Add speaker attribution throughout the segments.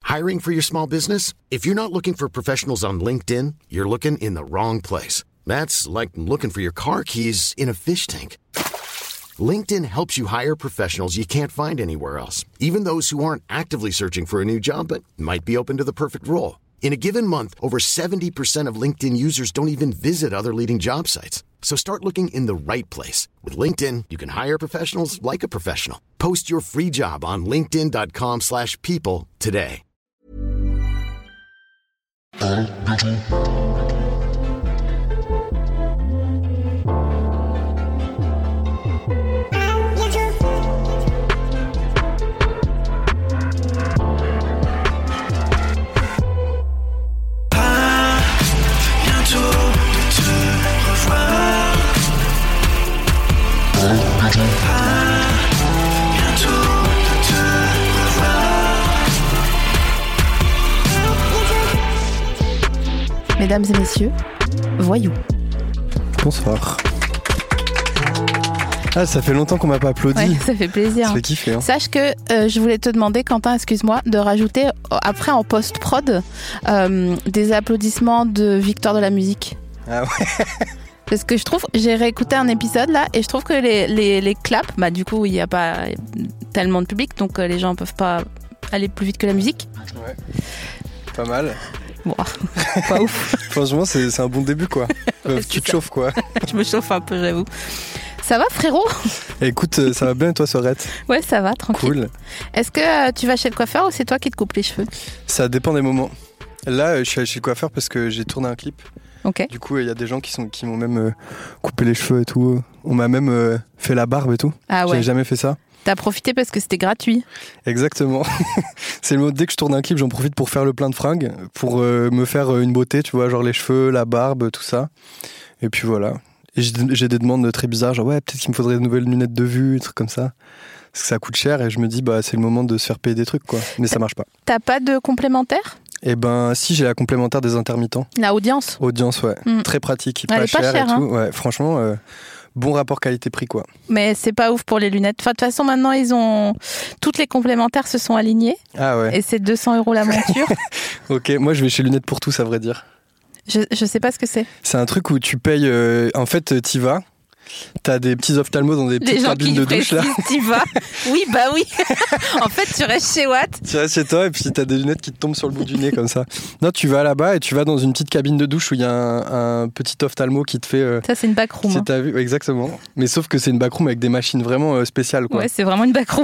Speaker 1: Hiring for your small business? If you're not looking for professionals on LinkedIn, you're looking in the wrong place. That's like looking for your car keys in a fish tank. LinkedIn helps you hire professionals you can't find anywhere else, even those who aren't actively searching for a new job but might be open to the perfect role. In a given month, over 70% of LinkedIn users don't even visit other leading job sites. So start looking in the right place. With LinkedIn, you can hire professionals like a professional. Post your free job on linkedin.com/people today.
Speaker 2: Mesdames et messieurs, voyou.
Speaker 3: Bonsoir. Ah, ça fait longtemps qu'on m'a pas applaudi.
Speaker 2: Ouais, ça fait plaisir.
Speaker 3: Ça fait kiffer. Hein.
Speaker 2: Sache que je voulais te demander, Quentin, excuse-moi, de rajouter après en post-prod des applaudissements de victoire de la musique.
Speaker 3: Ah ouais.
Speaker 2: Parce que je trouve, j'ai réécouté un épisode là et je trouve que les claps, bah du coup il n'y a pas tellement de public donc les gens peuvent pas aller plus vite que la musique.
Speaker 3: Ouais. Pas mal.
Speaker 2: Bon, pas ouf.
Speaker 3: Franchement, c'est un bon début quoi.
Speaker 2: Ouais,
Speaker 3: tu te
Speaker 2: ça.
Speaker 3: chauffes quoi.
Speaker 2: Je me chauffe un peu, j'avoue. Ça va frérot ?
Speaker 3: Écoute, ça va bien et toi Sorette ?
Speaker 2: Ouais, ça va, tranquille.
Speaker 3: Cool.
Speaker 2: Est-ce que tu vas chez le coiffeur ou c'est toi qui te coupes les cheveux ?
Speaker 3: Ça dépend des moments. Là, je suis allé chez le coiffeur parce que j'ai tourné un clip.
Speaker 2: Ok.
Speaker 3: Du coup, il y a des gens qui m'ont même coupé les cheveux et tout. On m'a même fait la barbe et tout.
Speaker 2: Ah ouais.
Speaker 3: J'avais jamais fait ça.
Speaker 2: T'as profité parce que c'était gratuit.
Speaker 3: Exactement. C'est le mot, dès que je tourne un clip, j'en profite pour faire le plein de fringues, pour me faire une beauté, tu vois, genre les cheveux, la barbe, tout ça. Et puis voilà. Et j'ai des demandes très bizarres, genre ouais, peut-être qu'il me faudrait de nouvelles lunettes de vue, des trucs comme ça. Parce que ça coûte cher et je me dis, bah c'est le moment de se faire payer des trucs, quoi. Mais ça marche pas.
Speaker 2: T'as pas de complémentaire ?
Speaker 3: Eh ben, si, j'ai la complémentaire des intermittents.
Speaker 2: La audience ?
Speaker 3: Audience, ouais. Très pratique,
Speaker 2: Elle
Speaker 3: pas
Speaker 2: est pas
Speaker 3: cher
Speaker 2: chère,
Speaker 3: et
Speaker 2: hein.
Speaker 3: tout. Ouais, franchement, bon rapport qualité-prix, quoi.
Speaker 2: Mais c'est pas ouf pour les lunettes. Enfin, de toute façon, maintenant, toutes les complémentaires se sont alignées.
Speaker 3: Ah ouais.
Speaker 2: Et c'est 200 € la monture.
Speaker 3: Ok, moi je vais chez Lunettes pour tous, à vrai dire.
Speaker 2: Je sais pas ce que c'est.
Speaker 3: C'est un truc où tu payes, en fait, t'y vas. T'as des petits ophtalmos dans des petites cabines de douche là.
Speaker 2: T'y vas. Oui, bah oui. En fait, tu restes chez Watt.
Speaker 3: Tu restes chez toi et puis t'as des lunettes qui te tombent sur le bout du nez comme ça. Non, tu vas là-bas et tu vas dans une petite cabine de douche où il y a un petit ophtalmo qui te fait.
Speaker 2: Ça, c'est une backroom.
Speaker 3: Si t'as vu, exactement. Mais sauf que c'est une backroom avec des machines vraiment spéciales, quoi.
Speaker 2: Ouais, c'est vraiment une backroom.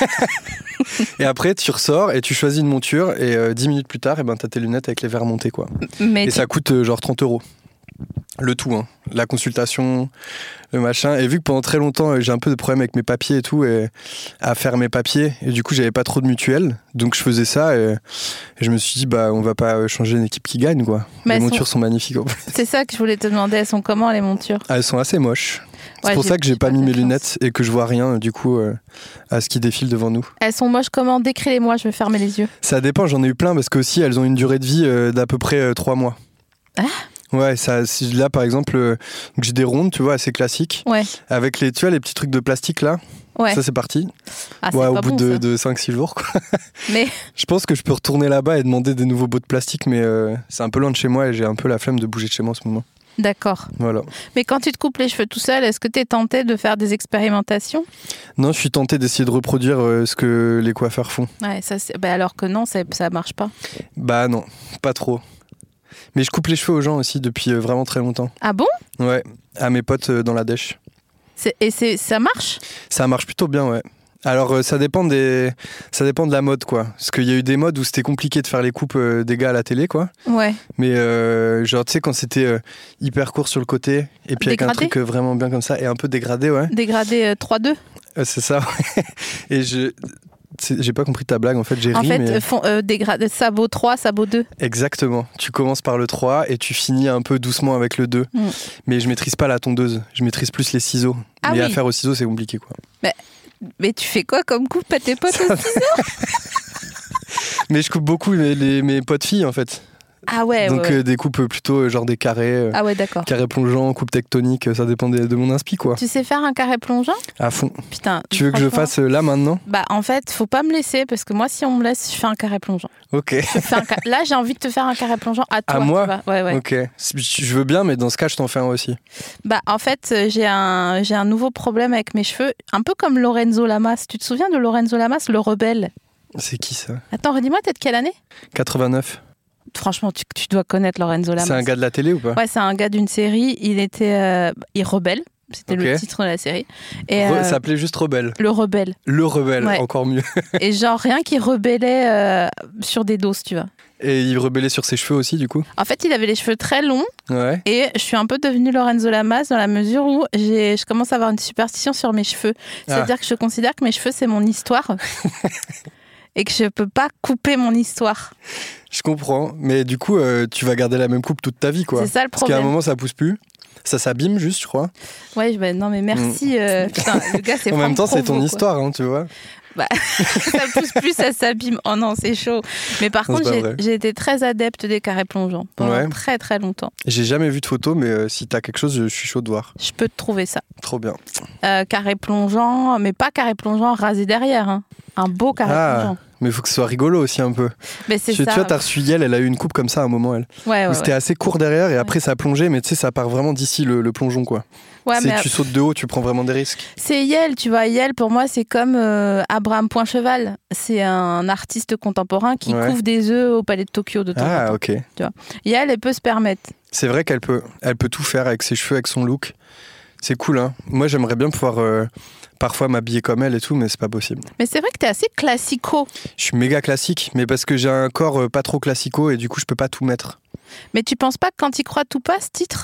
Speaker 3: Et après, tu ressors et tu choisis une monture et 10 minutes plus tard, et ben, t'as tes lunettes avec les verres montés, quoi. Et ça coûte genre 30 €. Le tout, hein. La consultation, le machin. Et vu que pendant très longtemps, j'ai un peu de problèmes avec mes papiers et tout, et à faire mes papiers, et du coup, j'avais pas trop de mutuelle, donc je faisais ça, et je me suis dit, bah, on va pas changer une équipe qui gagne, quoi.
Speaker 2: Mais
Speaker 3: les montures sont magnifiques.
Speaker 2: C'est ça que je voulais te demander, elles sont comment les montures ?
Speaker 3: Elles sont assez moches. C'est
Speaker 2: Ouais,
Speaker 3: pour ça que j'ai pas mis mes
Speaker 2: chance.
Speaker 3: lunettes et que je vois rien, du coup, à ce qui défile devant nous.
Speaker 2: Elles sont moches comment ? Décris-les-moi, je vais fermer les yeux.
Speaker 3: Ça dépend, j'en ai eu plein, parce que aussi, elles ont une durée de vie d'à peu près 3 mois.
Speaker 2: Ah ?
Speaker 3: Ouais, ça, là par exemple, j'ai des rondes, tu vois, assez classiques.
Speaker 2: Ouais.
Speaker 3: Avec les, tu vois, les petits trucs de plastique là.
Speaker 2: Ouais.
Speaker 3: Ça, c'est parti.
Speaker 2: Ah, c'est
Speaker 3: ouais,
Speaker 2: pas
Speaker 3: au bout
Speaker 2: bon,
Speaker 3: de 5-6 jours, quoi.
Speaker 2: Mais
Speaker 3: Je pense que je peux retourner là-bas et demander des nouveaux bouts de plastique, mais c'est un peu loin de chez moi et j'ai un peu la flemme de bouger de chez moi en ce moment.
Speaker 2: d'accord.
Speaker 3: Voilà.
Speaker 2: Mais quand tu te coupes les cheveux tout seul, est-ce que t'es tenté de faire des expérimentations ?
Speaker 3: Non, je suis tenté d'essayer de reproduire ce que les coiffeurs font.
Speaker 2: Ouais, ça, alors que non, ça marche pas.
Speaker 3: Bah non, pas trop. Mais je coupe les cheveux aux gens aussi depuis vraiment très longtemps.
Speaker 2: Ah bon ?
Speaker 3: Ouais, à mes potes dans la dèche.
Speaker 2: Ça marche ?
Speaker 3: Ça marche plutôt bien, ouais. Alors ça dépend de la mode, quoi. Parce qu'il y a eu des modes où c'était compliqué de faire les coupes des gars à la télé, quoi.
Speaker 2: Ouais.
Speaker 3: Mais genre tu sais quand c'était hyper court sur le côté et puis
Speaker 2: Dégradé.
Speaker 3: avec un truc vraiment bien comme ça et un peu dégradé, ouais.
Speaker 2: Dégradé 3-2 ?
Speaker 3: C'est ça, ouais. Et j'ai pas compris ta blague, en fait, j'ai
Speaker 2: En
Speaker 3: ri,
Speaker 2: fait,
Speaker 3: mais...
Speaker 2: dégradé, sabot 3, sabot 2.
Speaker 3: Exactement. Tu commences par le 3 et tu finis un peu doucement avec le 2. Mais je maîtrise pas la tondeuse, je maîtrise plus les ciseaux.
Speaker 2: Ah
Speaker 3: mais
Speaker 2: oui.
Speaker 3: à faire au ciseau, c'est compliqué, quoi.
Speaker 2: Mais tu fais quoi comme coupe à tes potes aussi ?
Speaker 3: Mais je coupe beaucoup mes potes filles, en fait.
Speaker 2: Ah ouais.
Speaker 3: Donc des coupes plutôt genre des carrés.
Speaker 2: Ah ouais, d'accord.
Speaker 3: Carré plongeant, coupe tectonique, ça dépend de mon inspi quoi.
Speaker 2: Tu sais faire un carré plongeant ?
Speaker 3: À fond.
Speaker 2: Putain.
Speaker 3: Tu veux que je fasse là maintenant ?
Speaker 2: Bah en fait, faut pas me laisser parce que moi si on me laisse, je fais un carré plongeant.
Speaker 3: Ok.
Speaker 2: Là j'ai envie de te faire un carré plongeant à toi.
Speaker 3: À moi ?
Speaker 2: Tu vois. Ouais.
Speaker 3: Ok. Je veux bien, mais dans ce cas, je t'en fais un aussi.
Speaker 2: Bah en fait, j'ai un nouveau problème avec mes cheveux, un peu comme Lorenzo Lamas. Tu te souviens de Lorenzo Lamas, le rebelle ?
Speaker 3: C'est qui ça ?
Speaker 2: Attends, redis-moi, t'es de quelle année ?
Speaker 3: 89.
Speaker 2: Franchement, tu dois connaître Lorenzo Lamas.
Speaker 3: C'est un gars de la télé ou pas ?
Speaker 2: Ouais, c'est un gars d'une série. Il était rebelle. C'était le titre de la série. Et,
Speaker 3: ça s'appelait juste Rebelle.
Speaker 2: Le rebelle.
Speaker 3: Le rebelle, ouais. Encore mieux.
Speaker 2: Et genre, rien qu'il rebellait sur des doses, tu vois.
Speaker 3: Et il rebellait sur ses cheveux aussi, du coup ?
Speaker 2: En fait, il avait les cheveux très longs.
Speaker 3: Ouais.
Speaker 2: Et je suis un peu devenue Lorenzo Lamas dans la mesure où je commence à avoir une superstition sur mes cheveux. C'est-à-dire que je considère que mes cheveux, c'est mon histoire. Et que je peux pas couper mon histoire.
Speaker 3: Je comprends. Mais du coup, tu vas garder la même coupe toute ta vie, quoi.
Speaker 2: C'est ça le problème.
Speaker 3: Parce qu'à un moment, ça pousse plus. Ça s'abîme juste, je crois.
Speaker 2: Ouais, non mais merci. Putain, le gars, c'est
Speaker 3: en même temps, c'est ton
Speaker 2: quoi.
Speaker 3: histoire, hein, tu vois.
Speaker 2: Bah, ça pousse plus, ça s'abîme. Oh non, c'est chaud. Mais par contre, j'ai été très adepte des carrés plongeants pendant très très longtemps.
Speaker 3: J'ai jamais vu de photo, mais si t'as quelque chose, je suis chaud de voir.
Speaker 2: Je peux te trouver ça.
Speaker 3: Trop bien.
Speaker 2: Carré plongeant, mais pas carré plongeant rasé derrière. Hein. Un beau carré plongeant.
Speaker 3: Mais il faut que ce soit rigolo aussi un peu.
Speaker 2: Mais c'est ça.
Speaker 3: Tu vois, t'as reçu Yel, elle a eu une coupe comme ça à un moment, elle.
Speaker 2: Ouais,
Speaker 3: c'était assez court derrière et après ça a plongé, mais tu sais, ça part vraiment d'ici le plongeon, quoi. Ouais, tu sautes de haut, tu prends vraiment des risques.
Speaker 2: C'est Yel, tu vois. Yel, pour moi, c'est comme Abraham Poincheval. C'est un artiste contemporain qui couvre des œufs au Palais de Tokyo de temps en temps.
Speaker 3: Ah, ok.
Speaker 2: Tu vois. Yel, elle peut se permettre.
Speaker 3: C'est vrai qu'elle peut tout faire avec ses cheveux, avec son look. C'est cool, hein. Moi, j'aimerais bien pouvoir parfois m'habiller comme elle et tout, mais c'est pas possible.
Speaker 2: Mais c'est vrai que t'es assez classico.
Speaker 3: Je suis méga classique, mais parce que j'ai un corps pas trop classico et du coup, je peux pas tout mettre.
Speaker 2: Mais tu penses pas que quand il croit tout pas, ce titre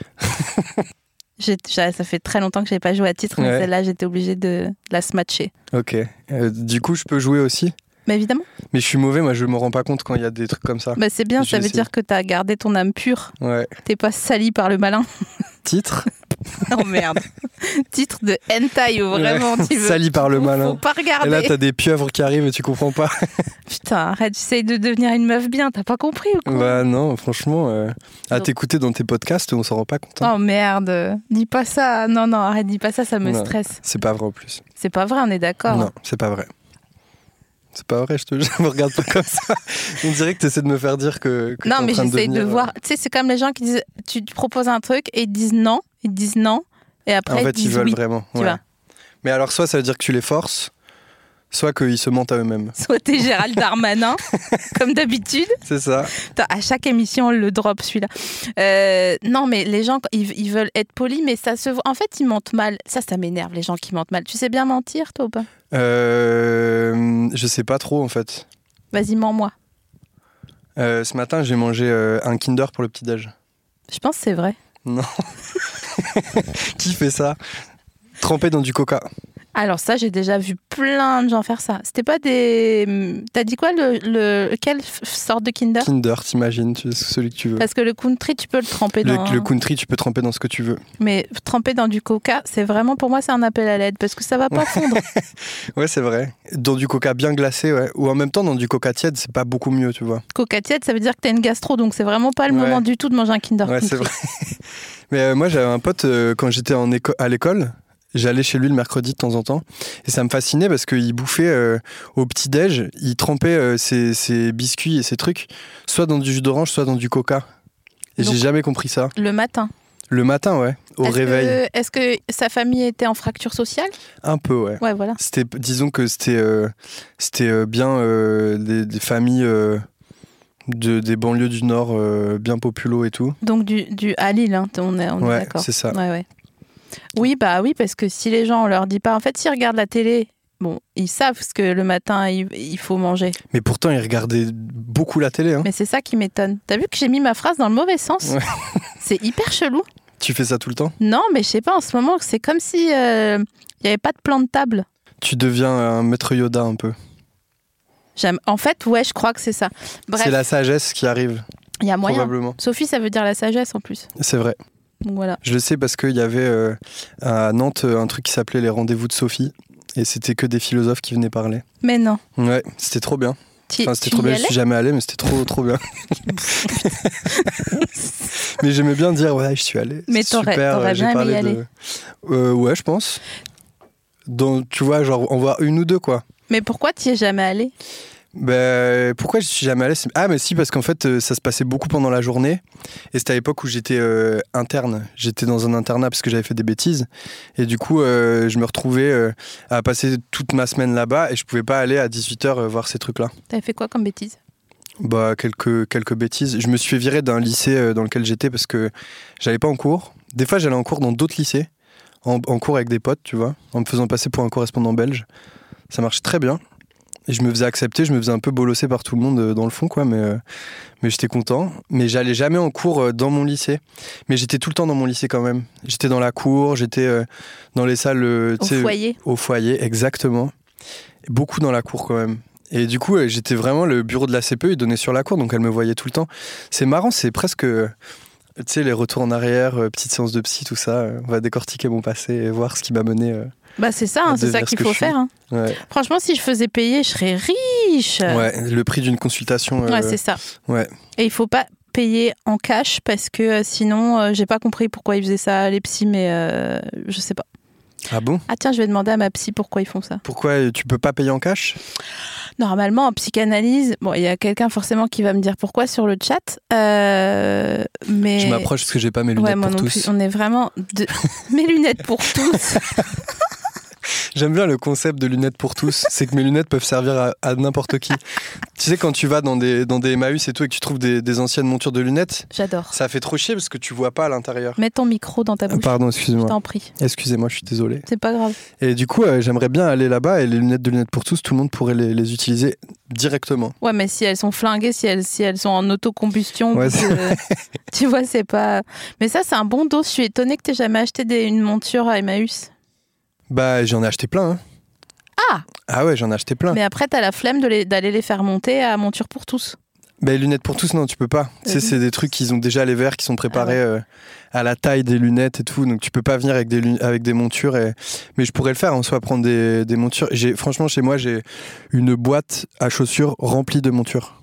Speaker 2: ça fait très longtemps que j'ai pas joué à titre, mais celle-là, j'étais obligée de la smatcher.
Speaker 3: Ok. Du coup, je peux jouer aussi ?
Speaker 2: Mais évidemment.
Speaker 3: Mais je suis mauvais, moi je me rends pas compte quand il y a des trucs comme ça.
Speaker 2: Bah c'est bien, ça veut dire que t'as gardé ton âme pure.
Speaker 3: Ouais.
Speaker 2: T'es pas sali par le malin.
Speaker 3: Titre ?
Speaker 2: Oh merde. Titre de hentai où vraiment tu veux.
Speaker 3: Sali par le malin.
Speaker 2: Faut pas regarder.
Speaker 3: Et là t'as des pieuvres qui arrivent et tu comprends pas.
Speaker 2: Putain, arrête, j'essaye de devenir une meuf bien, t'as pas compris ou quoi ?
Speaker 3: Bah non, franchement, à t'écouter dans tes podcasts, on s'en rend pas compte.
Speaker 2: Hein. Oh merde, dis pas ça. Non, arrête, dis pas ça, ça me stresse.
Speaker 3: C'est pas vrai en plus.
Speaker 2: C'est pas vrai, on est d'accord.
Speaker 3: Non, c'est pas vrai. C'est pas vrai, je te jure, me regarde pas comme ça. On dirait que tu essaies de me faire dire que
Speaker 2: non, mais j'essaye de voir. Tu sais, c'est comme les gens qui disent, tu proposes un truc et ils disent non, et après
Speaker 3: en fait,
Speaker 2: ils
Speaker 3: veulent
Speaker 2: oui,
Speaker 3: vraiment.
Speaker 2: Tu vois.
Speaker 3: Mais alors, soit ça veut dire que tu les forces, soit qu'ils se mentent à eux-mêmes.
Speaker 2: Soit t'es Gérald Darmanin, comme d'habitude.
Speaker 3: C'est ça.
Speaker 2: Attends, à chaque émission, on le drop celui-là. Non, mais les gens, ils veulent être polis, mais ça se voit. En fait, ils mentent mal. Ça m'énerve, les gens qui mentent mal. Tu sais bien mentir, toi, ou pas ?
Speaker 3: Je sais pas trop, en fait.
Speaker 2: Vas-y, mens-moi.
Speaker 3: Ce matin, j'ai mangé un Kinder pour le petit-déj.
Speaker 2: Je pense que c'est vrai.
Speaker 3: Non. Qui fait ça ? Trempé dans du coca.
Speaker 2: Alors ça, j'ai déjà vu plein de gens faire ça. C'était pas des... T'as dit quoi, quelle sorte de Kinder ?
Speaker 3: Kinder, t'imagines, celui que tu veux.
Speaker 2: Parce que le country, tu peux le tremper dans...
Speaker 3: Le country, tu peux tremper dans ce que tu veux.
Speaker 2: Mais tremper dans du coca, c'est vraiment, pour moi, c'est un appel à l'aide, parce que ça va pas fondre.
Speaker 3: Ouais, c'est vrai. Dans du coca bien glacé, ouais. Ou en même temps, dans du coca tiède, c'est pas beaucoup mieux, tu vois.
Speaker 2: Coca tiède, ça veut dire que t'as une gastro, donc c'est vraiment pas le moment du tout de manger un Kinder
Speaker 3: Ouais,
Speaker 2: country.
Speaker 3: c'est vrai. Mais moi, j'avais un pote, quand j'étais à l'école... J'allais chez lui le mercredi de temps en temps et ça me fascinait parce qu'il bouffait au petit-déj, il trempait ses biscuits et ses trucs soit dans du jus d'orange, soit dans du coca. Et donc, j'ai jamais compris ça.
Speaker 2: Le matin ?
Speaker 3: Le matin, ouais, au réveil.
Speaker 2: Est-ce que sa famille était en fracture sociale ?
Speaker 3: Un peu, ouais.
Speaker 2: Ouais, voilà.
Speaker 3: Disons que c'était bien des familles... des banlieues du Nord bien populo et tout.
Speaker 2: Donc du à Lille, hein, on est d'accord.
Speaker 3: C'est ça.
Speaker 2: Ouais. Oui, parce que si les gens, on leur dit pas... En fait, s'ils regardent la télé, bon, ils savent ce que le matin, il faut manger.
Speaker 3: Mais pourtant, ils regardaient beaucoup la télé. Hein.
Speaker 2: Mais c'est ça qui m'étonne. T'as vu que j'ai mis ma phrase dans le mauvais sens ? Ouais. C'est hyper chelou.
Speaker 3: Tu fais ça tout le temps ?
Speaker 2: Non, mais je sais pas, en ce moment, c'est comme si y avait pas de plan de table.
Speaker 3: Tu deviens un maître Yoda un peu.
Speaker 2: En fait, ouais, je crois que c'est ça. Bref.
Speaker 3: C'est la sagesse qui arrive.
Speaker 2: Il y a moyen.
Speaker 3: Probablement.
Speaker 2: Sophie, ça veut dire la sagesse en plus.
Speaker 3: C'est vrai.
Speaker 2: Donc voilà.
Speaker 3: Je le sais parce qu'il y avait à Nantes un truc qui s'appelait les rendez-vous de Sophie et c'était que des philosophes qui venaient parler.
Speaker 2: Mais non.
Speaker 3: Ouais, c'était trop bien. C'était trop bien, je suis jamais allé, mais c'était trop bien. Mais j'aimais bien dire, ouais, je suis allé.
Speaker 2: Mais t'aurais bien aimé y aller.
Speaker 3: Ouais, je pense. Donc, tu vois, genre, on voit une ou deux, quoi.
Speaker 2: Mais pourquoi t'y es jamais allé ?
Speaker 3: Pourquoi je suis jamais allé ? Ah, mais si, parce qu'en fait, ça se passait beaucoup pendant la journée. Et c'était à l'époque où j'étais interne. J'étais dans un internat parce que j'avais fait des bêtises. Et du coup, je me retrouvais à passer toute ma semaine là-bas et je pouvais pas aller à 18h voir ces trucs-là.
Speaker 2: T'avais fait quoi comme bêtises ?
Speaker 3: Quelques bêtises. Je me suis fait virer d'un lycée dans lequel j'étais parce que j'allais pas en cours. Des fois, j'allais en cours dans d'autres lycées, en cours avec des potes, tu vois, en me faisant passer pour un correspondant belge. Ça marchait très bien. Et je me faisais accepter, je me faisais un peu bolosser par tout le monde dans le fond, quoi, mais j'étais content. Mais j'allais jamais en cours dans mon lycée. Mais j'étais tout le temps dans mon lycée quand même. J'étais dans la cour, j'étais dans les salles...
Speaker 2: Au foyer.
Speaker 3: Au foyer, exactement. Et beaucoup dans la cour quand même. Et du coup, j'étais vraiment... Le bureau de la CPE, il donnait sur la cour, donc elle me voyait tout le temps. C'est marrant, c'est presque... Tu sais, les retours en arrière, petite séance de psy, tout ça. On va décortiquer mon passé et voir ce qui m'a mené...
Speaker 2: c'est ça, c'est ça qu'il faut faire. Hein.
Speaker 3: Ouais.
Speaker 2: Franchement, si je faisais payer, je serais riche.
Speaker 3: Ouais, le prix d'une consultation.
Speaker 2: Ouais, c'est ça.
Speaker 3: Ouais.
Speaker 2: Et il faut pas payer en cash parce que sinon, j'ai pas compris pourquoi ils faisaient ça, les psys, mais je sais pas.
Speaker 3: Ah bon ?
Speaker 2: Ah tiens, je vais demander à ma psy pourquoi ils font ça.
Speaker 3: Pourquoi tu peux pas payer en cash ?
Speaker 2: Normalement, en psychanalyse, il y a quelqu'un forcément qui va me dire pourquoi sur le chat, mais...
Speaker 3: Je m'approche parce que j'ai pas mes lunettes
Speaker 2: moi
Speaker 3: pour
Speaker 2: non
Speaker 3: tous.
Speaker 2: Plus. On est vraiment... Mes lunettes pour tous.
Speaker 3: J'aime bien le concept de lunettes pour tous. C'est que mes lunettes peuvent servir à n'importe qui. Tu sais, quand tu vas dans des Emmaüs et tout et que tu trouves des anciennes montures de lunettes,
Speaker 2: j'adore.
Speaker 3: Ça fait trop chier parce que tu vois pas à l'intérieur.
Speaker 2: Mets ton micro dans ta bouche.
Speaker 3: Pardon, excuse-moi.
Speaker 2: Je t'en prie.
Speaker 3: Excusez-moi, je suis désolé.
Speaker 2: C'est pas grave.
Speaker 3: Et du coup, j'aimerais bien aller là-bas et les lunettes pour tous, tout le monde pourrait les utiliser directement.
Speaker 2: Ouais, mais si elles sont flinguées, si elles sont en autocombustion,
Speaker 3: ouais,
Speaker 2: tu vois, c'est pas... Mais ça, c'est un bon dos. Je suis étonnée que t'aies jamais acheté une monture à Emmaüs.
Speaker 3: J'en ai acheté plein, hein. Ah ouais, j'en ai acheté plein.
Speaker 2: Mais après, t'as la flemme d'aller les faire monter à monture pour tous.
Speaker 3: Les lunettes pour tous, non, tu peux pas. Tu sais, c'est des trucs qu'ils ont déjà les verres qui sont préparés à la taille des lunettes et tout. Donc tu peux pas venir avec des montures. Mais je pourrais le faire en soi, prendre des montures. Franchement, chez moi, j'ai une boîte à chaussures remplie de montures.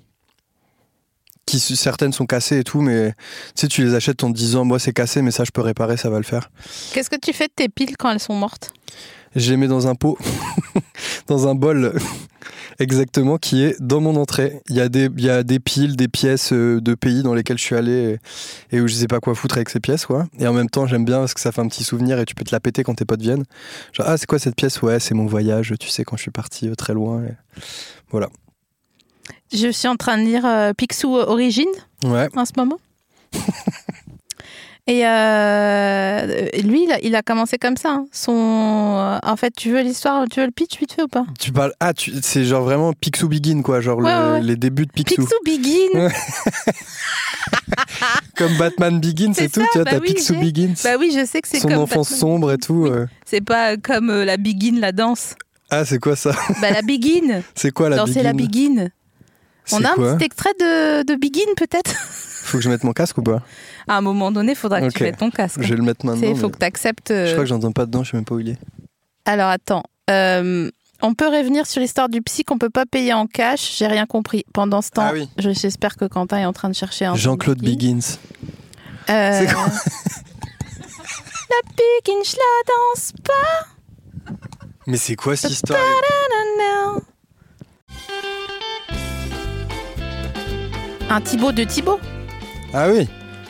Speaker 3: Certaines sont cassées et tout, mais tu sais, tu les achètes en te disant, moi c'est cassé, mais ça je peux réparer, ça va le faire.
Speaker 2: Qu'est-ce que tu fais de tes piles quand elles sont mortes ?
Speaker 3: Je les mets dans un pot, dans un bol, exactement, qui est dans mon entrée. Il y a des piles, des pièces de pays dans lesquels je suis allé et où je sais pas quoi foutre avec ces pièces, quoi. Et en même temps, j'aime bien parce que ça fait un petit souvenir et tu peux te la péter quand tes potes viennent. Genre, c'est quoi cette pièce ? Ouais, c'est mon voyage, tu sais, quand je suis parti très loin. Et... Voilà.
Speaker 2: Je suis en train de lire Picsou Origine en ce moment. Et lui, il a commencé comme ça. Hein. En fait, tu veux l'histoire, tu veux le pitch vite fait ou pas ?
Speaker 3: Tu parles. C'est genre vraiment Picsou Begin, quoi. Genre les débuts de Picsou.
Speaker 2: Picsou Begin.
Speaker 3: Comme Batman Begins et tout, tu vois, t'as Picsou Begins.
Speaker 2: Bah oui, je sais que c'est
Speaker 3: son
Speaker 2: comme
Speaker 3: enfance
Speaker 2: Batman.
Speaker 3: Sombre et tout.
Speaker 2: Oui. C'est pas comme la Begin, la danse.
Speaker 3: Ah, c'est quoi ça ?
Speaker 2: La Begin.
Speaker 3: C'est quoi la
Speaker 2: Danser
Speaker 3: Begin ?
Speaker 2: la Begin. On a un petit extrait de Begin, peut-être ?
Speaker 3: Faut que je mette mon casque ou pas ?
Speaker 2: À un moment donné, il faudra que tu mettes ton casque.
Speaker 3: Je vais le mettre maintenant.
Speaker 2: Il faut que tu acceptes.
Speaker 3: Je crois que j'entends pas dedans, je sais même pas où il est.
Speaker 2: Alors attends. On peut revenir sur l'histoire du psy qu'on peut pas payer en cash. J'ai rien compris. Pendant ce temps, j'espère que Quentin est en train de chercher un.
Speaker 3: Jean-Claude Begins.
Speaker 2: C'est quoi ? La Begin, je la danse pas.
Speaker 3: Mais c'est quoi cette histoire ?
Speaker 2: Un Thibaut de Thibaut.
Speaker 3: Ah oui.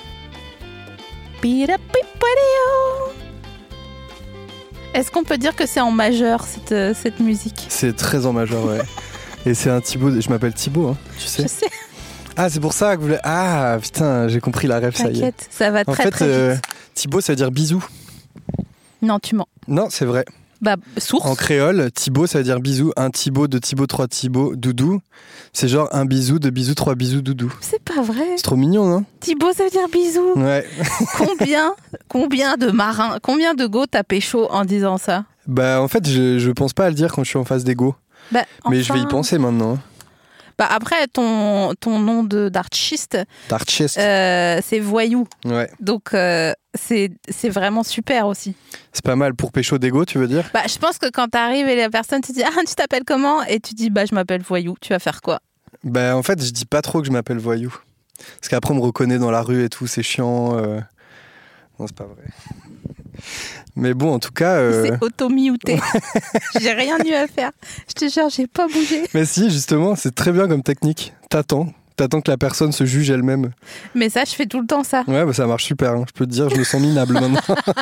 Speaker 2: Est-ce qu'on peut dire que c'est en majeur cette musique ?
Speaker 3: C'est très en majeur, ouais. Et c'est un Thibaut, je m'appelle Thibaut, hein, tu sais.
Speaker 2: Je sais.
Speaker 3: Ah, c'est pour ça que vous voulez... Ah, putain, j'ai compris la ref, ça y est.
Speaker 2: T'inquiète, ça va très très vite.
Speaker 3: Thibaut, ça veut dire bisou.
Speaker 2: Non, tu mens.
Speaker 3: Non, c'est vrai.
Speaker 2: Source.
Speaker 3: En créole, Thibaut, ça veut dire bisou. Un Thibaut, deux Thibaut, trois Thibaut, doudou. C'est genre un bisou, deux bisous, trois bisous, doudou.
Speaker 2: C'est pas vrai.
Speaker 3: C'est trop mignon, non ?
Speaker 2: Thibaut, ça veut dire bisou.
Speaker 3: Ouais.
Speaker 2: Combien de marins, combien de go t'as pécho en disant ça ?
Speaker 3: En fait, je pense pas à le dire quand je suis en face des go. Mais je vais y penser maintenant.
Speaker 2: Après, ton nom d'artiste, c'est Voyou.
Speaker 3: Ouais.
Speaker 2: Donc, c'est vraiment super aussi.
Speaker 3: C'est pas mal pour pécho d'ego, tu veux dire ?
Speaker 2: Je pense que quand t'arrives et la personne te dit « Ah, tu t'appelles comment ?» Et tu dis « Je m'appelle Voyou, tu vas faire quoi ?»
Speaker 3: Ben, en fait, je dis pas trop que je m'appelle Voyou. Parce qu'après, on me reconnaît dans la rue et tout, c'est chiant. Non, c'est pas vrai. Mais bon, en tout cas...
Speaker 2: C'est auto-miouté. J'ai rien eu à faire. Je te jure, j'ai pas bougé.
Speaker 3: Mais si, justement, c'est très bien comme technique. T'attends que la personne se juge elle-même.
Speaker 2: Mais ça, je fais tout le temps ça.
Speaker 3: Ouais, bah ça marche super. Hein. Je peux te dire, je me sens minable maintenant.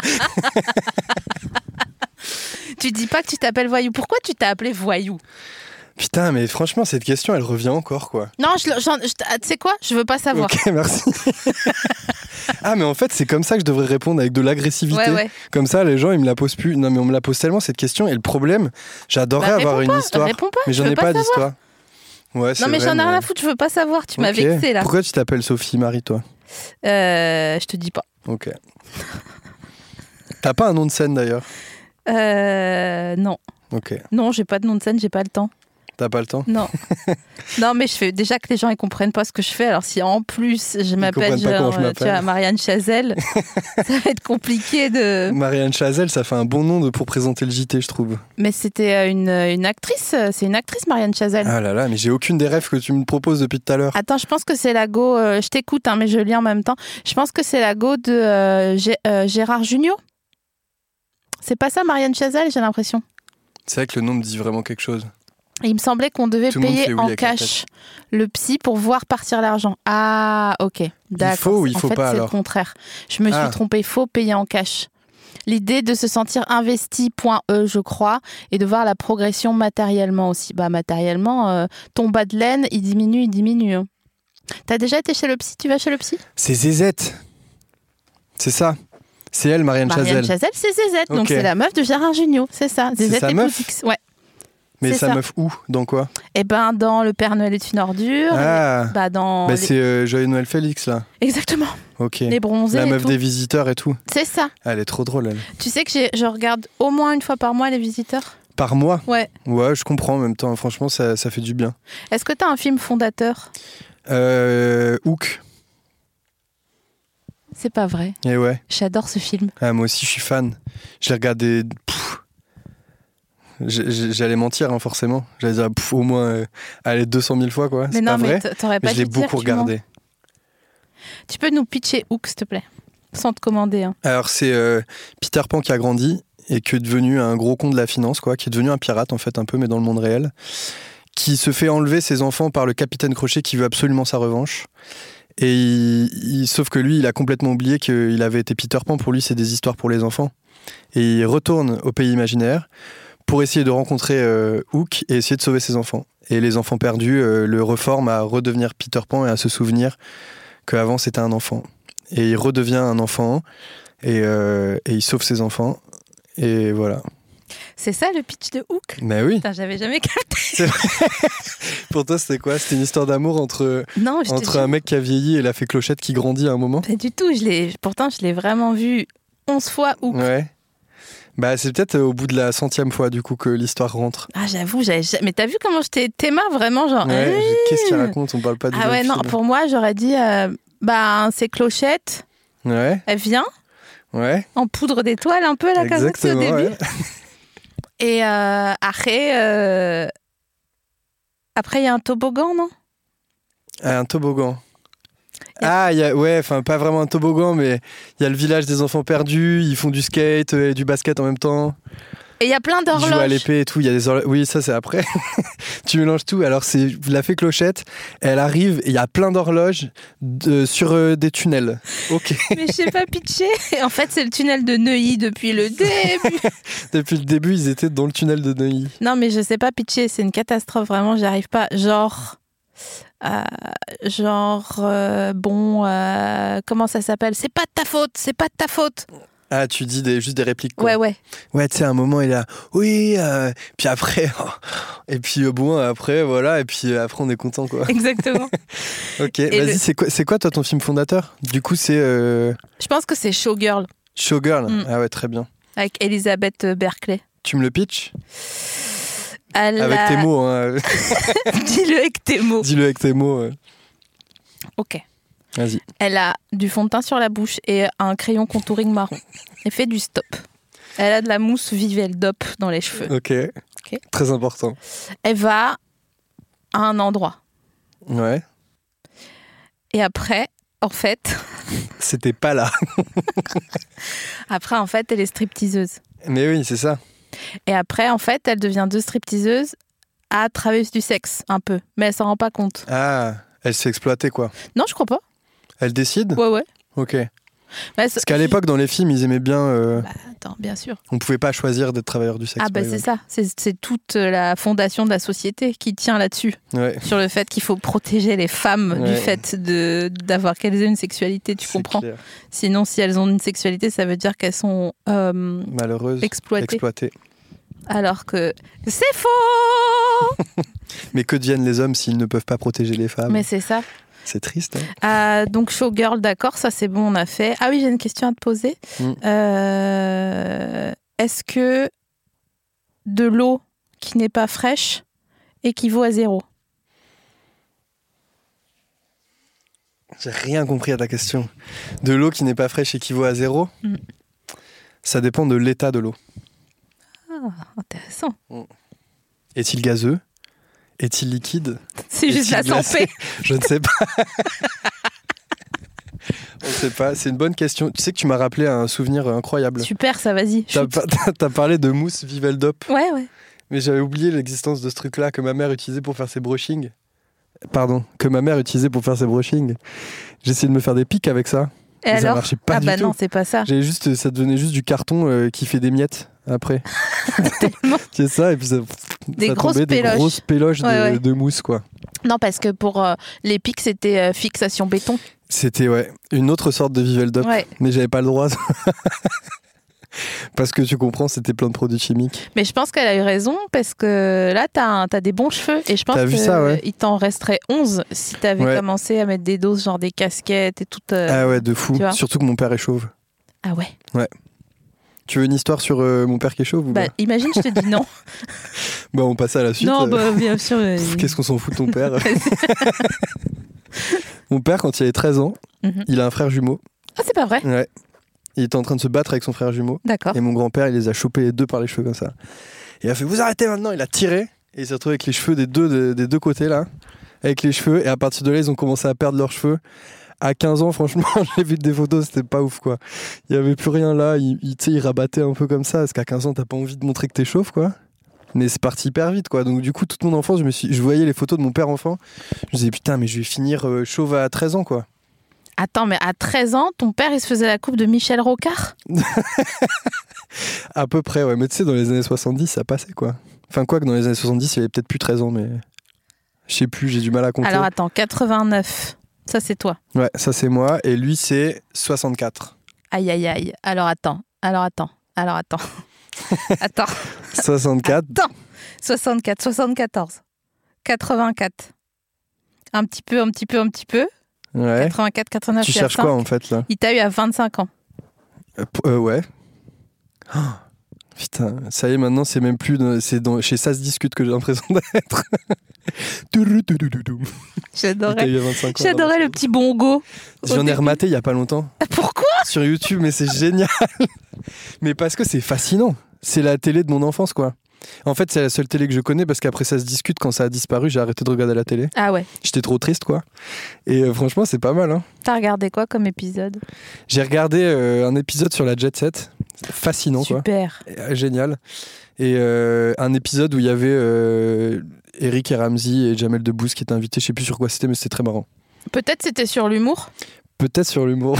Speaker 2: Tu dis pas que tu t'appelles Voyou. Pourquoi tu t'es appelé Voyou ?
Speaker 3: Putain, mais franchement, cette question, elle revient encore, quoi.
Speaker 2: Non, tu sais quoi ? Je veux pas savoir.
Speaker 3: Ok, merci. Ah, mais en fait, c'est comme ça que je devrais répondre, avec de l'agressivité.
Speaker 2: Ouais.
Speaker 3: Comme ça, les gens, ils me la posent plus. Non, mais on me la pose tellement, cette question. Et le problème, j'adorerais avoir une histoire.
Speaker 2: Réponds pas,
Speaker 3: mais j'en ai pas d'histoire. Ouais,
Speaker 2: non, mais
Speaker 3: vrai,
Speaker 2: j'en ai rien à foutre, je veux pas savoir. Tu m'as vexé, là.
Speaker 3: Pourquoi tu t'appelles Sophie Marie, toi ?
Speaker 2: Je te dis pas.
Speaker 3: Ok. T'as pas un nom de scène, d'ailleurs ?
Speaker 2: Non.
Speaker 3: Ok.
Speaker 2: Non, j'ai pas de nom de scène, j'ai pas le temps.
Speaker 3: T'as pas le temps ?
Speaker 2: Non. Non, mais je fais déjà que les gens ils comprennent pas ce que je fais. Alors si en plus je m'appelle genre, tu vois, Marianne Chazelle, ça va être compliqué de.
Speaker 3: Marianne Chazelle, ça fait un bon nom pour présenter le JT, je trouve.
Speaker 2: Mais c'était une actrice. C'est une actrice, Marianne Chazelle.
Speaker 3: Ah là là, mais j'ai aucune des rêves que tu me proposes depuis tout à l'heure.
Speaker 2: Attends, je pense que c'est la go. Je t'écoute, hein, mais je lis en même temps. Je pense que c'est la go de Gérard Jugnot. C'est pas ça, Marianne Chazelle, j'ai l'impression.
Speaker 3: C'est vrai que le nom me dit vraiment quelque chose.
Speaker 2: Il me semblait qu'on devait payer en cash le psy pour voir partir l'argent. Ah, ok. D'accord.
Speaker 3: Il faut ou il faut pas alors ?
Speaker 2: En fait, c'est le contraire. Je me suis trompée. Il faut payer en cash. L'idée de se sentir investi.e, je crois, et de voir la progression matériellement aussi. Bah, matériellement, ton bas de laine, il diminue. Hein. T'as déjà été chez le psy ? Tu vas chez le psy ?
Speaker 3: C'est Zézette. C'est ça. C'est elle, Marianne Chazelle.
Speaker 2: Marianne Chazelle, c'est Zézette. Okay. Donc, c'est la meuf de Gérard Jugnot. C'est ça. Zézette et Poutix. Ouais.
Speaker 3: Mais sa meuf où ? Dans quoi ?
Speaker 2: Eh ben, dans Le Père Noël est une ordure.
Speaker 3: Ah
Speaker 2: dans
Speaker 3: c'est Joyeux Noël Félix, là.
Speaker 2: Exactement.
Speaker 3: Ok.
Speaker 2: Les bronzés.
Speaker 3: La meuf des visiteurs et tout.
Speaker 2: C'est ça.
Speaker 3: Elle est trop drôle, elle.
Speaker 2: Tu sais que je regarde au moins une fois par mois Les Visiteurs ?
Speaker 3: Par mois ?
Speaker 2: Ouais.
Speaker 3: Ouais, je comprends en même temps. Franchement, ça fait du bien.
Speaker 2: Est-ce que t'as un film fondateur ?
Speaker 3: Hook.
Speaker 2: C'est pas vrai.
Speaker 3: Et ouais.
Speaker 2: J'adore ce film.
Speaker 3: Ah, moi aussi, je suis fan. Je l'ai regardé... J'allais mentir, hein, forcément. J'allais dire au moins 200 000 fois, quoi.
Speaker 2: Mais non,
Speaker 3: pas
Speaker 2: mais
Speaker 3: vrai.
Speaker 2: T'aurais pas
Speaker 3: mais je l'ai beaucoup regardé.
Speaker 2: Tu peux nous pitcher Hook, s'il te plaît ? Sans te commander. Hein.
Speaker 3: Alors, c'est Peter Pan qui a grandi et qui est devenu un gros con de la finance, quoi. Qui est devenu un pirate, en fait, un peu, mais dans le monde réel. Qui se fait enlever ses enfants par le capitaine Crochet qui veut absolument sa revanche. Et sauf que lui, il a complètement oublié qu'il avait été Peter Pan. Pour lui, c'est des histoires pour les enfants. Et il retourne au pays imaginaire pour essayer de rencontrer Hook et essayer de sauver ses enfants. Et les enfants perdus le reforment à redevenir Peter Pan et à se souvenir qu'avant c'était un enfant. Et il redevient un enfant et il sauve ses enfants. Et voilà.
Speaker 2: C'est ça le pitch de Hook ?
Speaker 3: Mais oui.
Speaker 2: Putain, j'avais jamais capté.
Speaker 3: Pour toi, c'était quoi ? C'était une histoire d'amour entre un mec qui a vieilli et la fée Clochette qui grandit à un moment ?
Speaker 2: Pas du tout. Pourtant, je l'ai vraiment vu 11 fois Hook.
Speaker 3: Ouais. Bah, c'est peut-être au bout de la 100e fois, du coup, que l'histoire rentre.
Speaker 2: Ah, j'avoue, mais t'as vu comment t'aimais vraiment, genre...
Speaker 3: Ouais, qu'est-ce qu'il raconte ? On parle pas du
Speaker 2: Ah ouais, non, pour moi, j'aurais dit, c'est Clochette.
Speaker 3: Ouais.
Speaker 2: Elle vient.
Speaker 3: Ouais.
Speaker 2: En poudre d'étoiles, un peu, là, comme ça, au début. Ouais. Et après, il y a un toboggan, non ?
Speaker 3: Un toboggan. Ah, pas vraiment un toboggan, mais il y a le village des enfants perdus, ils font du skate et du basket en même temps.
Speaker 2: Et il y a plein d'horloges.
Speaker 3: Ils jouent à l'épée et tout, il y a des horloges. Oui, ça c'est après. Tu mélanges tout. Alors c'est la fée Clochette, elle arrive et il y a plein d'horloges sur des tunnels. Ok.
Speaker 2: Mais je sais pas pitcher. En fait, c'est le tunnel de Neuilly depuis le début.
Speaker 3: Depuis le début, ils étaient dans le tunnel de Neuilly.
Speaker 2: Non, mais je sais pas pitcher, c'est une catastrophe, vraiment, j'y arrive pas. Comment ça s'appelle ? C'est pas de ta faute.
Speaker 3: Ah, tu dis juste des répliques, quoi.
Speaker 2: Ouais.
Speaker 3: Ouais, tu sais, à un moment, il a oui, puis après, et puis après, voilà, et puis après, on est content, quoi.
Speaker 2: Exactement.
Speaker 3: Ok, vas-y, c'est quoi, toi, ton film fondateur ? Du coup, c'est...
Speaker 2: Je pense que c'est Showgirl.
Speaker 3: Showgirl, Ah ouais, très bien.
Speaker 2: Avec Elizabeth Berkley.
Speaker 3: Tu me le pitches ?
Speaker 2: Avec
Speaker 3: tes mots, hein.
Speaker 2: Dis-le avec tes mots.
Speaker 3: Dis-le avec tes mots.
Speaker 2: Ok.
Speaker 3: Vas-y.
Speaker 2: Elle a du fond de teint sur la bouche et un crayon contouring marron. Elle fait du stop. Elle a de la mousse vive et elle dope dans les cheveux.
Speaker 3: Ok. Très important.
Speaker 2: Elle va à un endroit.
Speaker 3: Ouais.
Speaker 2: Et après, en fait...
Speaker 3: C'était pas là.
Speaker 2: Après, en fait, elle est stripteaseuse.
Speaker 3: Mais oui, c'est ça.
Speaker 2: Et après, en fait, elle devient de stripteaseuse à travailleuse du sexe, un peu. Mais elle s'en rend pas compte.
Speaker 3: Ah, elle s'est exploitée, quoi.
Speaker 2: Non, je crois pas.
Speaker 3: Elle décide ?
Speaker 2: Ouais.
Speaker 3: Ok. Parce qu'à l'époque, dans les films, ils aimaient bien...
Speaker 2: attends, bien sûr.
Speaker 3: On pouvait pas choisir d'être travailleur du sexe.
Speaker 2: Ah c'est ça. C'est toute la fondation de la société qui tient là-dessus.
Speaker 3: Ouais.
Speaker 2: Sur le fait qu'il faut protéger les femmes du fait d'avoir qu'elles aient une sexualité, tu comprends.
Speaker 3: Clair.
Speaker 2: Sinon, si elles ont une sexualité, ça veut dire qu'elles sont
Speaker 3: malheureuses, exploitées.
Speaker 2: Alors que c'est faux.
Speaker 3: Mais que deviennent les hommes s'ils ne peuvent pas protéger les femmes ?
Speaker 2: Mais c'est ça.
Speaker 3: C'est triste. Hein.
Speaker 2: Donc showgirl, d'accord, ça c'est bon, on a fait. Ah oui, j'ai une question à te poser. Est-ce que de l'eau qui n'est pas fraîche équivaut à 0 ?
Speaker 3: J'ai rien compris à ta question. De l'eau qui n'est pas fraîche équivaut à 0 ? Ça dépend de l'état de l'eau.
Speaker 2: Ah, intéressant.
Speaker 3: Est-il gazeux ? Est-il liquide ?
Speaker 2: C'est juste la tempête.
Speaker 3: Je ne sais pas. On ne sait pas. C'est une bonne question. Tu sais que tu m'as rappelé un souvenir incroyable.
Speaker 2: Super, ça, vas-y.
Speaker 3: T'as parlé de mousse Viveldop.
Speaker 2: Ouais.
Speaker 3: Mais j'avais oublié l'existence de ce truc-là que ma mère utilisait pour faire ses brushings. J'essayais de me faire des pics avec ça.
Speaker 2: Et alors ?
Speaker 3: Ça marchait pas du tout.
Speaker 2: Non, c'est pas ça.
Speaker 3: Ça devenait juste du carton qui fait des miettes après. C'est ça, et puis ça tombait des grosses péloches de mousse, quoi.
Speaker 2: Non, parce que pour les pics, c'était fixation béton.
Speaker 3: C'était, une autre sorte de Viveldop. Ouais. Mais j'avais pas le droit. Parce que tu comprends, c'était plein de produits chimiques.
Speaker 2: Mais je pense qu'elle a eu raison, parce que là, t'as des bons cheveux. Et je pense qu'il t'en resterait 11 si t'avais commencé à mettre des doses, genre des casquettes et tout.
Speaker 3: Ah ouais, de fou. Surtout que mon père est chauve.
Speaker 2: Ah ouais ?
Speaker 3: Ouais. Tu veux une histoire sur mon père qui est chauve ou pas ?
Speaker 2: Imagine, je te dis non.
Speaker 3: On passe à la suite.
Speaker 2: Non, bien sûr.
Speaker 3: Qu'est-ce qu'on s'en fout de ton père ? Mon père, quand il avait 13 ans, il a un frère jumeau.
Speaker 2: Ah, c'est pas vrai ?
Speaker 3: Ouais. Il était en train de se battre avec son frère jumeau.
Speaker 2: D'accord.
Speaker 3: Et mon grand-père, il les a chopés les deux par les cheveux comme ça. Et il a fait « Vous arrêtez maintenant !» Il a tiré. Et il s'est retrouvé avec les cheveux des deux côtés là. Avec les cheveux. Et à partir de là, ils ont commencé à perdre leurs cheveux. À 15 ans, franchement, j'ai vu des photos, c'était pas ouf, quoi. Il y avait plus rien là. Il rabattait un peu comme ça. Parce qu'à 15 ans, t'as pas envie de montrer que t'es chauve, quoi. Mais c'est parti hyper vite, quoi. Donc du coup, toute mon enfance, je voyais les photos de mon père enfant. Je me disais, putain, mais je vais finir chauve à 13 ans, quoi.
Speaker 2: Attends, mais à 13 ans, ton père, il se faisait la coupe de Michel Rocard ?
Speaker 3: À peu près, ouais. Mais tu sais, dans les années 70, ça passait, quoi. Enfin, quoi que dans les années 70, il avait peut-être plus 13 ans, mais... Je sais plus, j'ai du mal à compter.
Speaker 2: Alors attends, 89, ça c'est toi.
Speaker 3: Ouais, ça c'est moi. Et lui, c'est 64.
Speaker 2: Aïe, aïe, aïe. Alors attends. Attends.
Speaker 3: 64.
Speaker 2: Attends. 64, 74. 84. Un petit peu.
Speaker 3: Ouais.
Speaker 2: 84, 89,
Speaker 3: tu cherches quoi en fait là ?
Speaker 2: Il t'a eu à 25 ans.
Speaker 3: Ouais. Oh, putain, ça y est, maintenant c'est même plus... chez Ça se discute que j'ai l'impression d'être.
Speaker 2: J'adorais le petit bongo.
Speaker 3: J'en ai rematé il y a pas longtemps.
Speaker 2: Pourquoi ?
Speaker 3: Sur YouTube, mais c'est génial. Mais parce que c'est fascinant. C'est la télé de mon enfance, quoi. En fait, c'est la seule télé que je connais parce qu'après Ça se discute, quand ça a disparu, j'ai arrêté de regarder la télé.
Speaker 2: Ah ouais.
Speaker 3: J'étais trop triste, quoi. Et franchement, c'est pas mal. Hein.
Speaker 2: T'as regardé quoi comme épisode ?
Speaker 3: J'ai regardé un épisode sur la Jet Set. Fascinant,
Speaker 2: Super.
Speaker 3: Quoi. Génial. Et un épisode où il y avait Eric et Ramzy et Jamel Debbouze qui étaient invités. Je sais plus sur quoi c'était, mais c'était très marrant.
Speaker 2: Peut-être c'était sur l'humour ?
Speaker 3: Peut-être sur l'humour.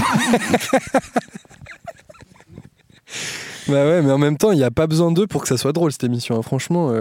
Speaker 3: Bah ouais, mais en même temps, il n'y a pas besoin d'eux pour que ça soit drôle, cette émission. Hein. Franchement.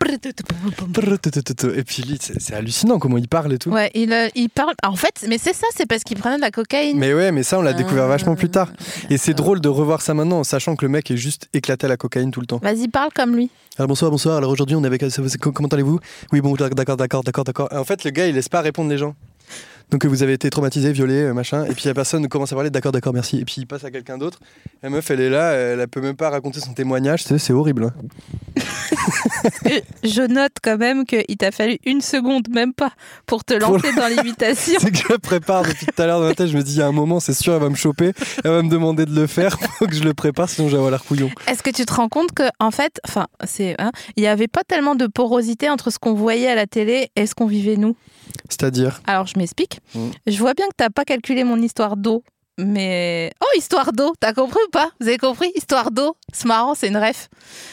Speaker 3: Et puis lui, c'est hallucinant comment il parle et tout.
Speaker 2: Ouais, il parle. En fait, mais c'est ça, c'est parce qu'il prenait de la cocaïne.
Speaker 3: Mais ouais, mais ça, on l'a découvert vachement plus tard. Et c'est drôle de revoir ça maintenant, en sachant que le mec est juste éclaté à la cocaïne tout le temps.
Speaker 2: Vas-y, parle comme lui.
Speaker 3: Alors bonsoir. Alors aujourd'hui, on est avec. Comment allez-vous ? Oui, bon, d'accord. En fait, le gars, il laisse pas répondre les gens. Donc vous avez été traumatisé, violé, machin. Et puis la personne commence à parler, d'accord, merci. Et puis il passe à quelqu'un d'autre. La meuf, elle est là, elle peut même pas raconter son témoignage. C'est horrible. Hein.
Speaker 2: Je note quand même qu'il t'a fallu 1 seconde, même pas, pour te lancer dans l'imitation.
Speaker 3: C'est que je le prépare depuis tout à l'heure dans ma tête. Je me dis, il y a un moment, c'est sûr, elle va me choper. Elle va me demander de le faire. Faut que je le prépare, sinon je vais avoir l'air couillon.
Speaker 2: Est-ce que tu te rends compte que, en fait, il y avait pas tellement de porosité entre ce qu'on voyait à la télé et ce qu'on vivait nous ?
Speaker 3: C'est-à-dire ?
Speaker 2: Alors, je m'explique. Je vois bien que t'as pas calculé mon histoire d'eau. Mais... Oh, histoire d'eau, t'as compris ou pas ? Vous avez compris ? Histoire d'eau, c'est marrant, c'est une ref.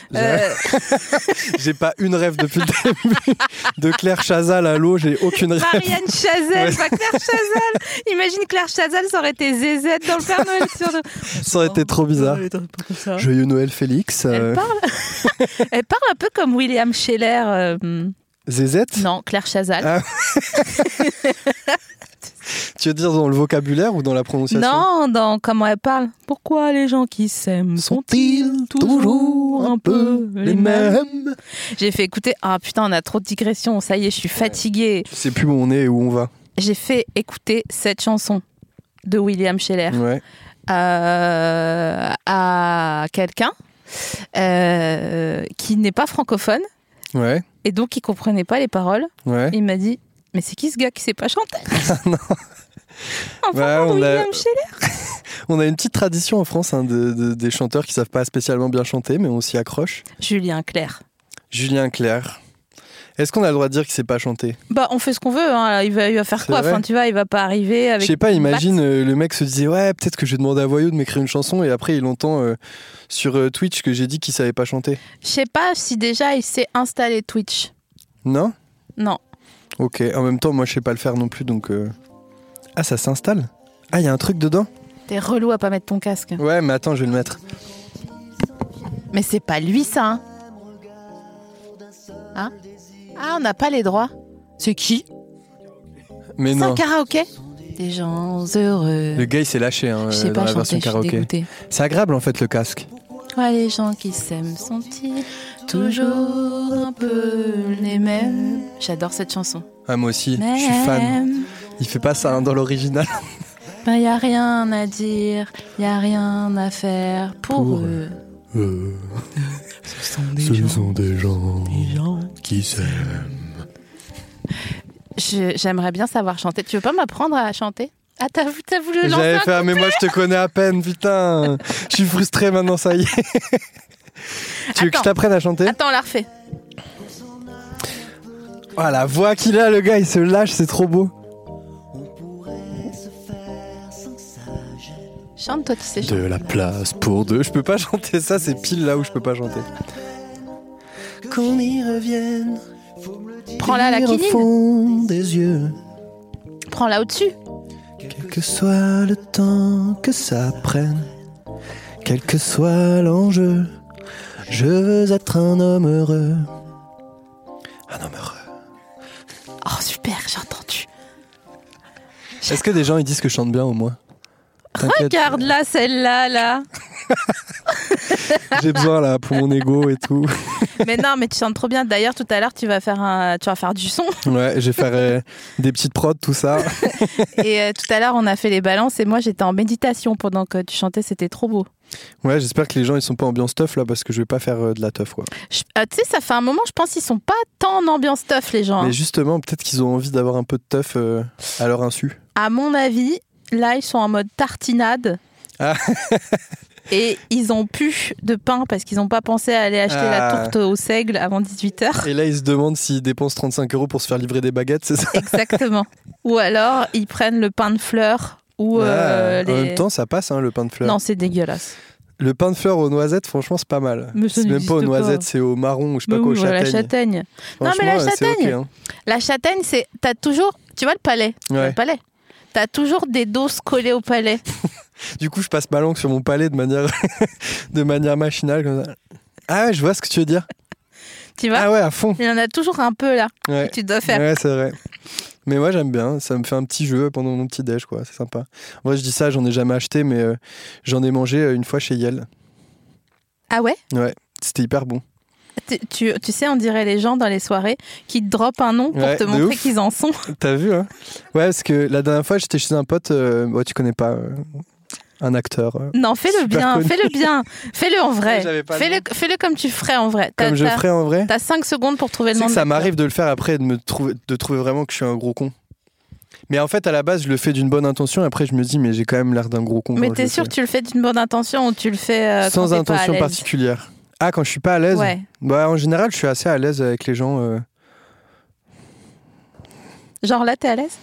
Speaker 3: J'ai pas une ref depuis le début. De Claire Chazal à l'eau, j'ai aucune ref.
Speaker 2: Marianne Chazal, pas Claire Chazal. Imagine Claire Chazal, ça aurait été Zézette dans le Père Noël.
Speaker 3: Ça aurait été trop bizarre. Joyeux Noël, Félix.
Speaker 2: Elle parle un peu comme William Scheller.
Speaker 3: Zézette ?
Speaker 2: Non, Claire Chazal.
Speaker 3: Ah. Tu veux dire dans le vocabulaire ou dans la prononciation ?
Speaker 2: Non, dans comment elle parle. Pourquoi les gens qui s'aiment sont-ils toujours un peu les mêmes ? J'ai fait écouter... Ah putain, on a trop de digressions. Ça y est, je suis fatiguée.
Speaker 3: Je sais plus où on est et où on va.
Speaker 2: J'ai fait écouter cette chanson de William Scheller à quelqu'un qui n'est pas francophone.
Speaker 3: Ouais.
Speaker 2: Et donc, il comprenait pas les paroles.
Speaker 3: Ouais.
Speaker 2: Il m'a dit... Mais c'est qui ce gars qui sait pas chanter ?
Speaker 3: Non.
Speaker 2: William Scheller.
Speaker 3: On a une petite tradition en France des chanteurs qui savent pas spécialement bien chanter, mais on s'y accroche.
Speaker 2: Julien Clerc.
Speaker 3: Julien Clerc. Est-ce qu'on a le droit de dire qu'il sait pas chanter ?
Speaker 2: Bah, on fait ce qu'on veut. Hein. Il va faire quoi ? Enfin, tu vois, il va pas arriver avec.
Speaker 3: Je sais pas. Imagine le mec se disait ouais, peut-être que je vais demander à Voyou de m'écrire une chanson et après il entend sur Twitch que j'ai dit qu'il savait pas chanter.
Speaker 2: Je sais pas si déjà il sait installer Twitch.
Speaker 3: Non ?
Speaker 2: Non.
Speaker 3: Ok, en même temps, moi je sais pas le faire non plus, donc... Ah, ça s'installe ? Ah, il y a un truc dedans ?
Speaker 2: T'es relou à pas mettre ton casque.
Speaker 3: Ouais, mais attends, je vais le mettre.
Speaker 2: Mais c'est pas lui, ça, hein ? Ah, on n'a pas les droits. C'est qui ?
Speaker 3: Mais non.
Speaker 2: C'est un karaoké ? Des gens heureux.
Speaker 3: Le gars, il s'est lâché dans la version karaoké. C'est agréable, en fait, le casque.
Speaker 2: Pourquoi les gens qui s'aiment sont-ils toujours un peu les mêmes ? J'adore cette chanson.
Speaker 3: Ah, moi aussi, je suis fan. Il fait pas ça dans l'original.
Speaker 2: Ben, y a rien à dire, y a rien à faire pour eux.
Speaker 3: Ce sont des gens qui s'aiment.
Speaker 2: J'aimerais bien savoir chanter. Tu veux pas m'apprendre à chanter ? Ah, t'as voulu lancer
Speaker 3: J'avais fait, mais moi je te connais à peine, putain. Je suis frustré maintenant, ça y est. Tu veux que je t'apprenne à chanter ?
Speaker 2: Attends, on la refait.
Speaker 3: Oh, la voix qu'il a, le gars, il se lâche, c'est trop beau.
Speaker 2: Chante, toi, tu sais chanter.
Speaker 3: De la place pour deux. Je peux pas chanter ça, c'est pile là où je peux pas chanter. Qu'on y revienne.
Speaker 2: Prends-la à la quinine.
Speaker 3: Au fond des yeux.
Speaker 2: Prends-la au-dessus.
Speaker 3: Quel que soit le temps que ça prenne, quel que soit l'enjeu, je veux être un homme heureux. Un homme heureux.
Speaker 2: Oh, super, j'ai entendu.
Speaker 3: Est-ce que des gens ils disent que je chante bien au moins ?
Speaker 2: Regarde-la, celle-là, là.
Speaker 3: J'ai besoin là pour mon ego et tout.
Speaker 2: Mais non, mais tu chantes trop bien. D'ailleurs, tout à l'heure, tu vas faire du son.
Speaker 3: Ouais, je vais faire des petites prods, tout ça.
Speaker 2: Et tout à l'heure, on a fait les balances et moi, j'étais en méditation pendant que tu chantais. C'était trop beau.
Speaker 3: Ouais, j'espère que les gens ils sont pas ambiance teuf là parce que je vais pas faire de la teuf quoi.
Speaker 2: Tu sais, ça fait un moment, je pense qu'ils sont pas tant en ambiance teuf les gens.
Speaker 3: Mais justement, peut-être qu'ils ont envie d'avoir un peu de teuf à leur insu.
Speaker 2: À mon avis, là, ils sont en mode tartinade. Ah. Et ils ont plus de pain parce qu'ils n'ont pas pensé à aller acheter la tourte au seigle avant 18h.
Speaker 3: Et là, ils se demandent s'ils dépensent 35 € pour se faire livrer des baguettes, c'est ça ?
Speaker 2: Exactement. Ou alors, ils prennent le pain de fleurs. Ou
Speaker 3: En même temps, ça passe, hein, le pain de fleurs.
Speaker 2: Non, c'est dégueulasse.
Speaker 3: Le pain de fleurs aux noisettes, franchement, c'est pas mal.
Speaker 2: Mais
Speaker 3: c'est même pas aux noisettes, c'est au marron ou je sais pas quoi, aux châtaignes.
Speaker 2: La châtaigne. Non, mais la châtaigne,
Speaker 3: okay, hein.
Speaker 2: La châtaigne, c'est... T'as toujours... Tu vois le palais ?
Speaker 3: Ouais.
Speaker 2: Le palais. T'as toujours des doses collées au palais.
Speaker 3: Du coup, je passe ma langue sur mon palais de manière machinale. Comme ça. Ah ouais, je vois ce que tu veux dire.
Speaker 2: Tu vois ?
Speaker 3: Ah ouais, à fond.
Speaker 2: Il y en a toujours un peu là.
Speaker 3: Ouais.
Speaker 2: Que tu dois faire.
Speaker 3: Ouais, c'est vrai. Mais moi, j'aime bien. Ça me fait un petit jeu pendant mon petit déj, quoi. C'est sympa. En vrai, je dis ça, j'en ai jamais acheté, mais j'en ai mangé une fois chez Yel.
Speaker 2: Ah ouais ?
Speaker 3: Ouais, c'était hyper bon.
Speaker 2: Tu sais, on dirait les gens dans les soirées qui te droppent un nom pour te montrer qu'ils en sont.
Speaker 3: T'as vu, hein ? Ouais, parce que la dernière fois, j'étais chez un pote, tu connais pas un acteur.
Speaker 2: Non, fais-le bien,
Speaker 3: connu.
Speaker 2: fais-le bien. Fais-le en vrai. Fais-le comme tu ferais en vrai.
Speaker 3: Comme je ferais en vrai ?
Speaker 2: T'as 5 secondes pour trouver le nom.
Speaker 3: Ça m'arrive de le faire après et de trouver vraiment que je suis un gros con. Mais en fait, à la base, je le fais d'une bonne intention. Et après, je me dis, mais j'ai quand même l'air d'un gros con.
Speaker 2: Mais t'es sûr que tu le fais d'une bonne intention ou tu le fais
Speaker 3: sans intention particulière ? Ah, quand je suis pas à l'aise ?
Speaker 2: Ouais.
Speaker 3: Bah, en général, je suis assez à l'aise avec les gens.
Speaker 2: Genre là, t'es à l'aise?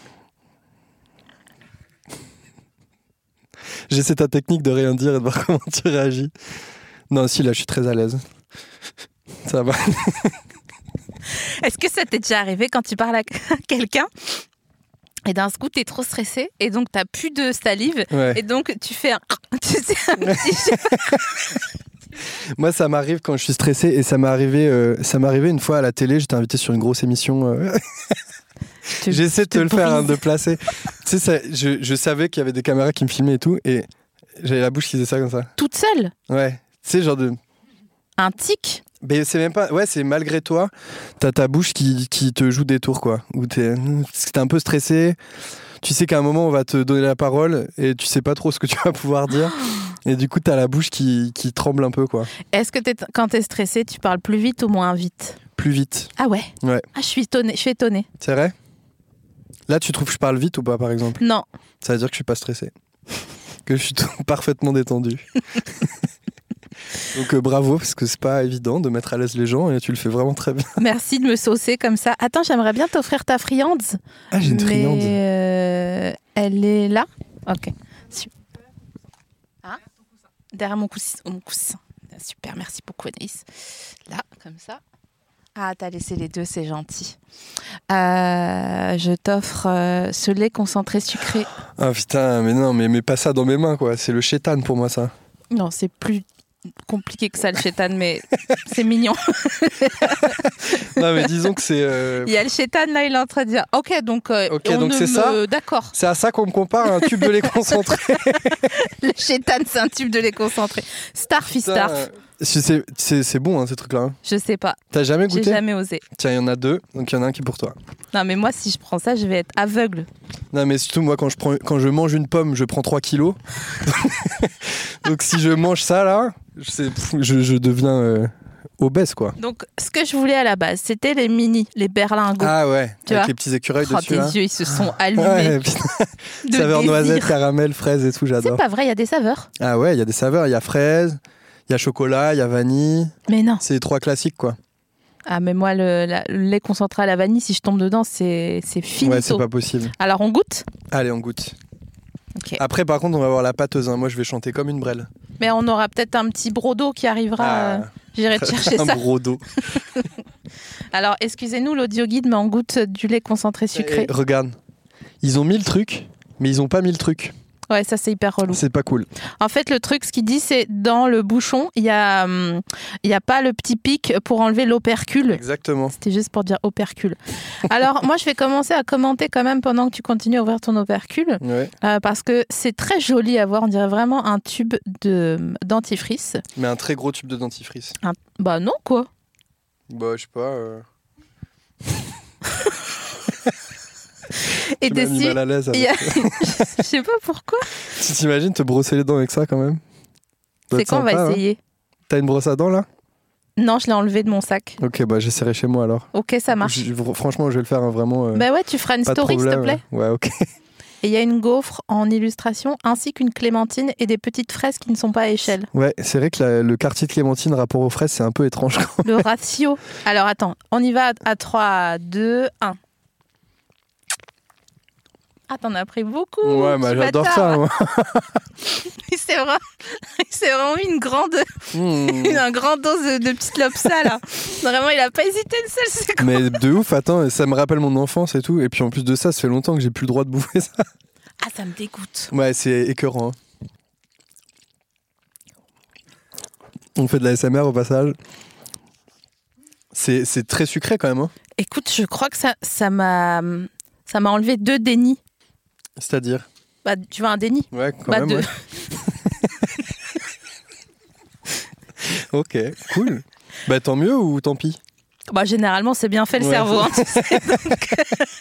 Speaker 3: J'essaie ta technique de rien dire et de voir comment tu réagis. Non, si, là, je suis très à l'aise. Ça va.
Speaker 2: Est-ce que ça t'est déjà arrivé quand tu parles à quelqu'un et d'un coup, t'es trop stressé et donc t'as plus de salive et donc tu fais un petit...
Speaker 3: Moi, ça m'arrive quand je suis stressé et ça m'est arrivé une fois à la télé. J'étais invité sur une grosse émission. J'essaie de te le faire, de placer. Tu sais, je savais qu'il y avait des caméras qui me filmaient et tout, et j'avais la bouche qui faisait ça comme ça.
Speaker 2: Toute seule?
Speaker 3: Ouais. Tu sais, genre de...
Speaker 2: Un tic?
Speaker 3: Mais c'est même pas... Ouais, c'est malgré toi, t'as ta bouche qui te joue des tours, quoi. Où t'es un peu stressé. Tu sais qu'à un moment, on va te donner la parole et tu sais pas trop ce que tu vas pouvoir dire. Et du coup, t'as la bouche qui tremble un peu, quoi.
Speaker 2: Est-ce que quand t'es stressé, tu parles plus vite ou moins vite?
Speaker 3: Plus vite.
Speaker 2: Ah ouais?
Speaker 3: Ouais.
Speaker 2: Ah, je suis étonnée.
Speaker 3: C'est vrai? Là, tu trouves que je parle vite ou pas, par exemple?
Speaker 2: Non.
Speaker 3: Ça veut dire que je suis pas stressé. Que je suis parfaitement détendu. Donc bravo, parce que c'est pas évident de mettre à l'aise les gens et tu le fais vraiment très bien.
Speaker 2: Merci de me saucer comme ça. Attends, j'aimerais bien t'offrir ta friande.
Speaker 3: Ah, j'ai une friande.
Speaker 2: Elle est là? Ok. Super. Ah, derrière mon coussin. Super, merci beaucoup Anaïs. Là, comme ça. Ah, t'as laissé les deux, c'est gentil. Je t'offre ce lait concentré sucré.
Speaker 3: Ah putain, mais non, mais mets pas ça dans mes mains, quoi. C'est le chétan pour moi, ça.
Speaker 2: Non, c'est plus compliqué que ça, le chétan, mais c'est mignon.
Speaker 3: Non, mais disons que c'est...
Speaker 2: Il y a le chétan, là, il est en train de dire « Ok, donc
Speaker 3: c'est ça.
Speaker 2: D'accord. »
Speaker 3: C'est à ça qu'on me compare, un tube de lait concentré.
Speaker 2: Le chétan, c'est un tube de lait concentré. Starfy Starf.
Speaker 3: C'est bon, hein, ces trucs-là. Hein.
Speaker 2: Je sais pas.
Speaker 3: T'as jamais goûté?
Speaker 2: J'ai jamais osé.
Speaker 3: Tiens, il y en a 2, donc il y en a un qui est pour toi.
Speaker 2: Non, mais moi, si je prends ça, je vais être aveugle.
Speaker 3: Non, mais surtout, moi, quand je mange une pomme, je prends 3 kilos. Donc, si je mange ça, là, je deviens obèse, quoi.
Speaker 2: Donc, ce que je voulais à la base, c'était les mini, les berlingots.
Speaker 3: Ah ouais,
Speaker 2: tu
Speaker 3: avec
Speaker 2: vois
Speaker 3: les petits écureuils dessus.
Speaker 2: Tes yeux, ils se sont allumés.
Speaker 3: Ouais, saveur noisette, caramel, fraise et tout, j'adore.
Speaker 2: C'est pas vrai, il y a des saveurs.
Speaker 3: Ah ouais, il y a des saveurs. Il y a fraise, il y a chocolat, il y a vanille.
Speaker 2: Mais non.
Speaker 3: C'est les 3 classiques, quoi.
Speaker 2: Ah, mais moi, le lait concentré à la vanille, si je tombe dedans, c'est finito.
Speaker 3: Ouais, c'est pas possible.
Speaker 2: Alors, on goûte?
Speaker 3: Allez, on goûte.
Speaker 2: Okay.
Speaker 3: Après, par contre, on va voir la pâteuse. Hein. Moi, je vais chanter comme une brêle.
Speaker 2: Mais on aura peut-être un petit brodo qui arrivera. J'irai te chercher ça.
Speaker 3: Un brodo.
Speaker 2: Alors, excusez-nous, l'audio guide, mais on goûte du lait concentré sucré.
Speaker 3: Regarde, ils ont mis le truc, mais ils ont pas mis le truc.
Speaker 2: Ouais, ça c'est hyper relou.
Speaker 3: C'est pas cool.
Speaker 2: En fait, le truc, ce qu'il dit, c'est dans le bouchon, il y a pas le petit pic pour enlever l'opercule.
Speaker 3: Exactement.
Speaker 2: C'était juste pour dire opercule. Alors, moi, je vais commencer à commenter quand même pendant que tu continues à ouvrir ton opercule, parce que c'est très joli à voir. On dirait vraiment un tube de dentifrice.
Speaker 3: Mais un très gros tube de dentifrice.
Speaker 2: Bah non, quoi.
Speaker 3: Bah, je sais pas.
Speaker 2: Et
Speaker 3: tu m'as mis mal à l'aise avec
Speaker 2: je sais pas pourquoi.
Speaker 3: Tu t'imagines te brosser les dents avec ça quand même?
Speaker 2: C'est quand on va essayer.
Speaker 3: Hein. T'as une brosse à dents là?
Speaker 2: Non, je l'ai enlevé de mon sac.
Speaker 3: Ok, bah j'essaierai chez moi alors.
Speaker 2: Ok, ça marche.
Speaker 3: Franchement, je vais le faire vraiment.
Speaker 2: Bah ouais, tu feras une story s'il te plaît.
Speaker 3: Ouais, ok.
Speaker 2: Et il y a une gaufre en illustration, ainsi qu'une clémentine et des petites fraises qui ne sont pas à échelle.
Speaker 3: Ouais, c'est vrai que le quartier de clémentine rapport aux fraises, c'est un peu étrange quand même.
Speaker 2: Le ratio. Alors attends, on y va à 3, 2, 1. Ah, t'en as pris beaucoup.
Speaker 3: Ouais, bah j'adore ça, moi.
Speaker 2: C'est vraiment une grande, un grand dose de petite lopsa, là. Vraiment, il a pas hésité une seule seconde.
Speaker 3: Mais de ouf, attends, ça me rappelle mon enfance et tout. Et puis en plus de ça, ça fait longtemps que j'ai plus le droit de bouffer ça.
Speaker 2: Ah, ça me dégoûte.
Speaker 3: Ouais, c'est écœurant. Hein. On fait de la SMR au passage. C'est très sucré quand même. Hein.
Speaker 2: Écoute, je crois que ça m'a enlevé 2 dénis.
Speaker 3: C'est-à-dire?
Speaker 2: Bah, tu vois, un déni.
Speaker 3: Ouais, quand même.
Speaker 2: 2.
Speaker 3: Ouais. Ok, cool. Bah, tant mieux ou tant pis?
Speaker 2: Bah, généralement, c'est bien fait le cerveau. Hein, tu sais, donc...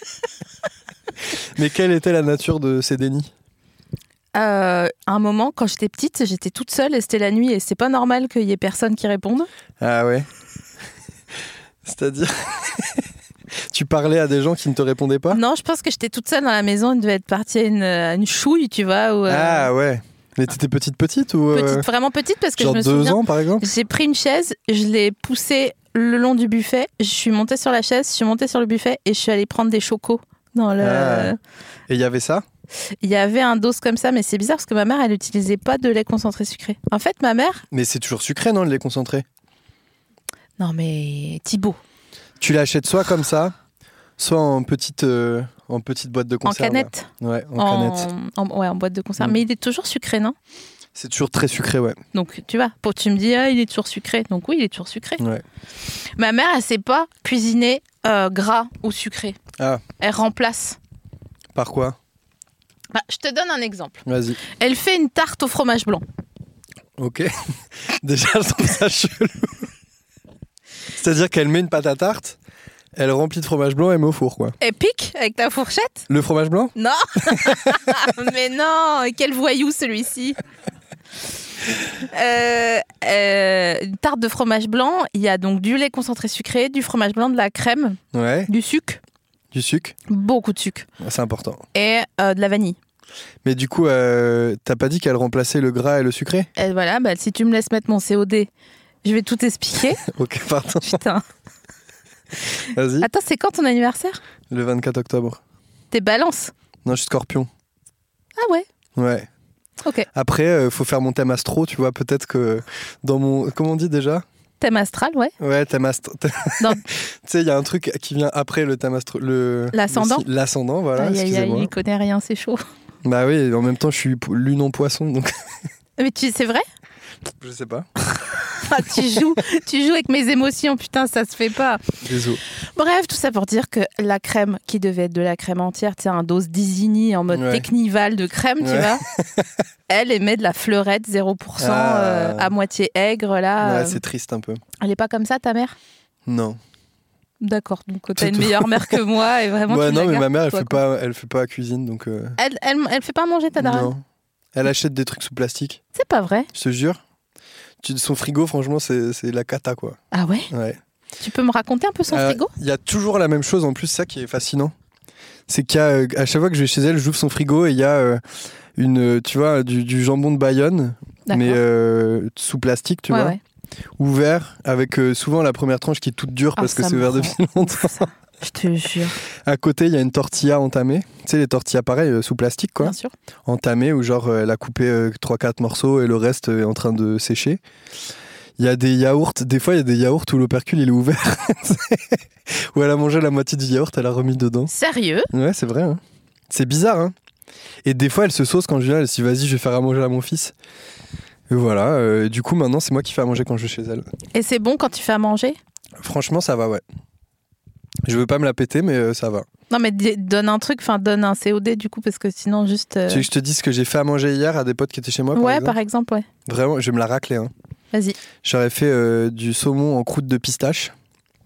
Speaker 3: Mais quelle était la nature de ces dénis?
Speaker 2: À un moment, quand j'étais petite, j'étais toute seule et c'était la nuit et c'est pas normal qu'il y ait personne qui réponde. Ah
Speaker 3: ouais. C'est-à-dire tu parlais à des gens qui ne te répondaient pas?
Speaker 2: Non, je pense que j'étais toute seule dans la maison. Il devait être parti à une chouille, tu vois. Ou,
Speaker 3: Ah ouais. Mais t'étais petite ou
Speaker 2: vraiment petite parce que
Speaker 3: genre
Speaker 2: je me souviens.
Speaker 3: 2 ans par exemple?
Speaker 2: J'ai pris une chaise, je l'ai poussée le long du buffet. Je suis montée sur la chaise, je suis montée sur le buffet et je suis allée prendre des chocos dans le...
Speaker 3: Et il y avait ça ?
Speaker 2: Il y avait un dos comme ça, mais c'est bizarre parce que ma mère, elle n'utilisait pas de lait concentré sucré. En fait, ma mère...
Speaker 3: Mais c'est toujours sucré, non, le lait concentré ?
Speaker 2: Non, mais Thibaut.
Speaker 3: Tu l'achètes soit comme ça, soit en petite boîte de conserve.
Speaker 2: En canette ?
Speaker 3: Ouais, en canette.
Speaker 2: En boîte de conserve. Mais il est toujours sucré, non ?
Speaker 3: C'est toujours très sucré, ouais.
Speaker 2: Donc, tu vois, tu me dis, il est toujours sucré. Donc oui, il est toujours sucré.
Speaker 3: Ouais.
Speaker 2: Ma mère, elle ne sait pas cuisiner gras ou sucré.
Speaker 3: Ah.
Speaker 2: Elle remplace.
Speaker 3: Par quoi ?
Speaker 2: Je te donne un exemple.
Speaker 3: Vas-y.
Speaker 2: Elle fait une tarte au fromage blanc.
Speaker 3: Ok. Déjà, je trouve ça chelou. C'est-à-dire qu'elle met une pâte à tarte, elle remplit de fromage blanc et met au four, quoi.
Speaker 2: Elle pique avec ta fourchette ?
Speaker 3: Le fromage blanc ?
Speaker 2: Non. Mais non, quel voyou celui-ci. Une tarte de fromage blanc, il y a donc du lait concentré sucré, du fromage blanc, de la crème, du sucre.
Speaker 3: Du sucre ?
Speaker 2: Beaucoup de sucre.
Speaker 3: C'est important.
Speaker 2: Et de la vanille.
Speaker 3: Mais du coup, t'as pas dit qu'elle remplaçait le gras et le sucré ?
Speaker 2: Et voilà, si tu me laisses mettre mon COD, je vais tout expliquer.
Speaker 3: Ok, pardon.
Speaker 2: Putain.
Speaker 3: Vas-y.
Speaker 2: Attends, c'est quand ton anniversaire ?
Speaker 3: Le 24 octobre.
Speaker 2: T'es balance ?
Speaker 3: Non, je suis scorpion.
Speaker 2: Ah ouais ?
Speaker 3: Ouais.
Speaker 2: Ok.
Speaker 3: Après, faut faire mon thème astro, tu vois, peut-être que dans mon... Comment on dit déjà ?
Speaker 2: Thème astral, ouais.
Speaker 3: Ouais, thème astral. Tu sais, il y a un truc qui vient après le thème astro...
Speaker 2: L'ascendant ?
Speaker 3: L'ascendant, voilà, excusez-moi.
Speaker 2: Il connaît rien, c'est chaud.
Speaker 3: Bah oui, en même temps, je suis lune en poisson, donc...
Speaker 2: Mais c'est vrai ?
Speaker 3: Je sais pas.
Speaker 2: tu joues avec mes émotions, putain, ça se fait pas.
Speaker 3: Désolé.
Speaker 2: Bref, tout ça pour dire que la crème, qui devait être de la crème entière, tu sais, un dose d'Isigny en mode Technival de crème, tu vois, elle émet de la fleurette 0% à moitié aigre, là.
Speaker 3: Ouais, c'est triste un peu.
Speaker 2: Elle est pas comme ça, ta mère ?
Speaker 3: Non.
Speaker 2: D'accord, donc t'as une meilleure mère que moi et vraiment.
Speaker 3: Ouais, non, mais ma mère,
Speaker 2: toi,
Speaker 3: elle fait pas la cuisine, donc.
Speaker 2: Elle fait pas manger ta daronne ?
Speaker 3: Non. Elle achète des trucs sous plastique.
Speaker 2: C'est pas vrai ?
Speaker 3: Je te jure. Son frigo, franchement, c'est la cata, quoi.
Speaker 2: Ah ouais ?
Speaker 3: Ouais.
Speaker 2: Tu peux me raconter un peu son frigo ?
Speaker 3: Il y a toujours la même chose, en plus, ça qui est fascinant. C'est qu'à chaque fois que je vais chez elle, j'ouvre son frigo et il y a tu vois, du jambon de Bayonne, mais sous plastique, tu vois. Ouais. Ouvert, avec souvent la première tranche qui est toute dure parce que c'est ouvert depuis longtemps.
Speaker 2: Je te jure.
Speaker 3: À côté, il y a une tortilla entamée. Tu sais, les tortillas pareil, sous plastique, quoi.
Speaker 2: Bien sûr.
Speaker 3: Entamée, où genre, elle a coupé 3-4 morceaux et le reste est en train de sécher. Il y a des yaourts. Des fois, il y a des yaourts où l'opercule, il est ouvert. Où elle a mangé la moitié du yaourt, elle a remis dedans.
Speaker 2: Sérieux ?
Speaker 3: Ouais, c'est vrai. Hein. C'est bizarre, hein. Et des fois, elle se sauce quand je viens. Elle se dit, vas-y, je vais faire à manger à mon fils. Et voilà. Du coup, maintenant, c'est moi qui fais à manger quand je vais chez elle. Et
Speaker 2: c'est bon quand tu fais à manger ?
Speaker 3: Franchement, ça va, ouais. Je veux pas me la péter, mais ça va.
Speaker 2: Non, mais donne un truc, donne un COD du coup, parce que sinon, juste.
Speaker 3: Tu veux que je te dise ce que j'ai fait à manger hier à des potes qui étaient chez moi,
Speaker 2: par exemple, ouais.
Speaker 3: Vraiment, je vais me la racler. Hein.
Speaker 2: Vas-y.
Speaker 3: J'aurais fait du saumon en croûte de pistache,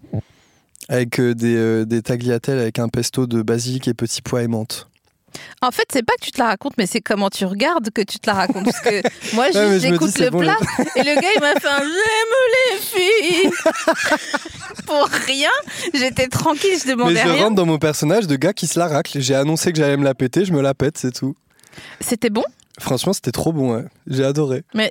Speaker 3: avec des tagliatelles avec un pesto de basilic et petits pois et menthe.
Speaker 2: En fait, c'est pas que tu te la racontes, mais c'est comment tu regardes que tu te la racontes. Parce que moi, j'écoute le plat et le gars, il m'a fait un « J'aime les filles !» Pour rien, j'étais tranquille, je demandais rien.
Speaker 3: Mais je rentre dans mon personnage de gars qui se la racle. J'ai annoncé que j'allais me la péter, je me la pète, c'est tout.
Speaker 2: C'était bon ?
Speaker 3: Franchement, c'était trop bon, ouais. J'ai adoré.
Speaker 2: Mais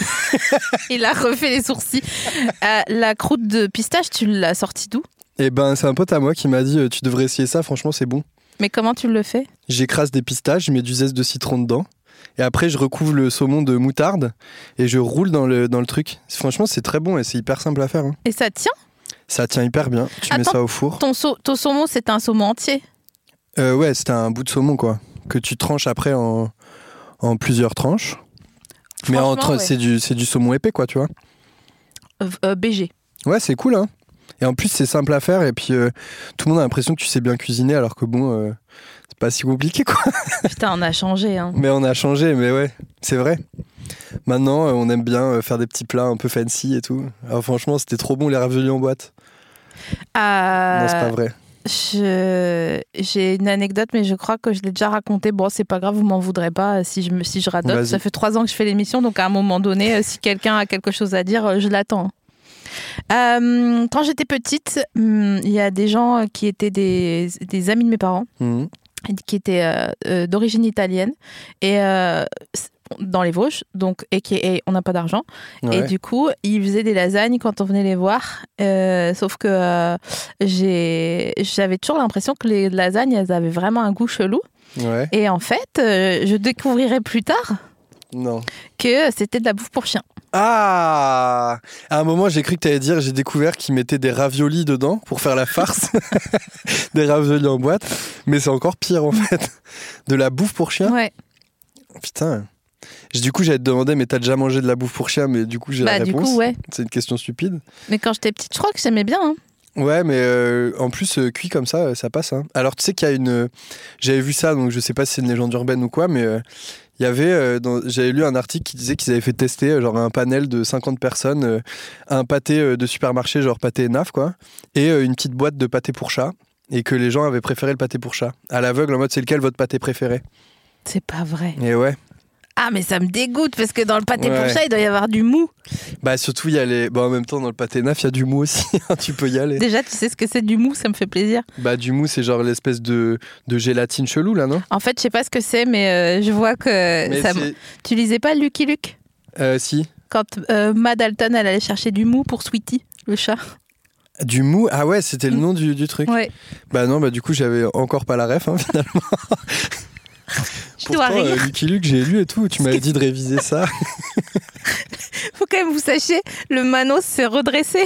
Speaker 2: il a refait les sourcils. La croûte de pistache, tu l'as sortie d'où ?
Speaker 3: Eh ben, c'est un pote à moi qui m'a dit « Tu devrais essayer ça, franchement, c'est bon. »
Speaker 2: Mais comment tu le fais ?
Speaker 3: J'écrase des pistaches, je mets du zeste de citron dedans. Et après, je recouvre le saumon de moutarde et je roule dans le truc. Franchement, c'est très bon et c'est hyper simple à faire. Hein.
Speaker 2: Et ça tient ?
Speaker 3: Ça tient hyper bien. Tu mets ça au four.
Speaker 2: Ton saumon, c'est un saumon entier ?
Speaker 3: Ouais, c'était un bout de saumon, quoi. Que tu tranches après en plusieurs tranches. Mais c'est du saumon épais, quoi, tu vois.
Speaker 2: BG.
Speaker 3: Ouais, c'est cool, hein. Et en plus, c'est simple à faire. Et puis, tout le monde a l'impression que tu sais bien cuisiner, alors que bon, c'est pas si compliqué, quoi.
Speaker 2: Putain, on a changé, hein.
Speaker 3: Mais on a changé, mais ouais, c'est vrai. Maintenant, on aime bien faire des petits plats un peu fancy et tout. Alors franchement, c'était trop bon, les raviolis en boîte. Non, c'est pas vrai.
Speaker 2: J'ai une anecdote, mais je crois que je l'ai déjà racontée. Bon, c'est pas grave, vous m'en voudrez pas si je radote.
Speaker 3: Vas-y.
Speaker 2: Ça fait 3 ans que je fais l'émission, donc à un moment donné, si quelqu'un a quelque chose à dire, je l'attends. Quand j'étais petite, il y a des gens qui étaient des amis de mes parents qui était d'origine italienne et dans les Vosges, donc et on n'a pas d'argent. Ouais. Et du coup, ils faisaient des lasagnes quand on venait les voir. Sauf que j'avais toujours l'impression que les lasagnes, elles avaient vraiment un goût chelou.
Speaker 3: Ouais.
Speaker 2: Et en fait, je découvrirai plus tard que c'était de la bouffe pour chien.
Speaker 3: Ah! À un moment, j'ai cru que tu allais dire, j'ai découvert qu'ils mettaient des raviolis dedans pour faire la farce. Des raviolis en boîte. Mais c'est encore pire, en fait. De la bouffe pour chien?
Speaker 2: Ouais.
Speaker 3: Putain. Du coup, j'allais te demander, mais t'as déjà mangé de la bouffe pour chien? Mais du coup, j'ai la réponse.
Speaker 2: Du coup, ouais.
Speaker 3: C'est une question stupide.
Speaker 2: Mais quand j'étais petite, je crois que j'aimais bien. Hein.
Speaker 3: Ouais, mais en plus, cuit comme ça passe. Hein. Alors, tu sais qu'il y a une... J'avais vu ça, donc je sais pas si c'est une légende urbaine ou quoi, mais il y avait... J'avais lu un article qui disait qu'ils avaient fait tester genre un panel de 50 personnes, un pâté de supermarché, genre pâté Naf, quoi, et une petite boîte de pâté pour chat, et que les gens avaient préféré le pâté pour chat. À l'aveugle, en mode, c'est lequel votre pâté préféré?
Speaker 2: C'est pas vrai.
Speaker 3: Et ouais.
Speaker 2: Ah, mais ça me dégoûte parce que dans le pâté pour chat, il doit y avoir du mou.
Speaker 3: Bah, surtout, il y a les. Bon, en même temps, dans le pâté Naf, il y a du mou aussi. Tu peux y aller.
Speaker 2: Déjà, tu sais ce que c'est du mou, ça me fait plaisir.
Speaker 3: Bah, du mou, c'est genre l'espèce de gélatine chelou, là, non?
Speaker 2: En fait, je sais pas ce que c'est, mais je vois que. Ça... Tu lisais pas Lucky Luke?
Speaker 3: Si.
Speaker 2: Quand Ma Dalton, elle allait chercher du mou pour Sweetie, le chat.
Speaker 3: Du mou? Ah ouais, c'était le nom du truc.
Speaker 2: Ouais.
Speaker 3: Bah non, bah du coup, j'avais encore pas la ref, hein, finalement. Pourtant, Lucky Luke, j'ai lu et tout. Tu m'avais dit de réviser ça.
Speaker 2: Faut quand même vous sachiez, le Manos s'est redressé.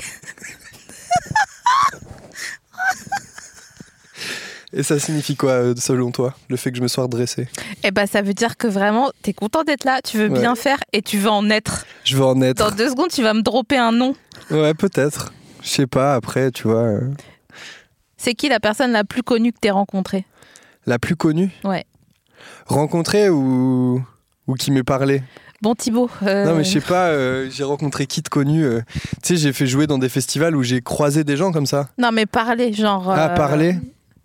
Speaker 3: Et ça signifie quoi, selon toi, le fait que je me sois redressé?
Speaker 2: Eh ben, ça veut dire que vraiment, t'es content d'être là, tu veux bien faire et tu veux en être.
Speaker 3: Je veux en être.
Speaker 2: Dans 2 secondes, tu vas me dropper un nom.
Speaker 3: Ouais, peut-être. Je sais pas, après, tu vois.
Speaker 2: C'est qui la personne la plus connue que t'aies rencontrée?
Speaker 3: La plus connue?
Speaker 2: Ouais.
Speaker 3: Rencontrée ou qui m'ait parlé?
Speaker 2: Bon, Thibaut.
Speaker 3: Non, mais je sais pas, j'ai rencontré qui de connu. Tu sais, j'ai fait jouer dans des festivals où j'ai croisé des gens comme ça.
Speaker 2: Non, mais parler, genre.
Speaker 3: Ah, parler?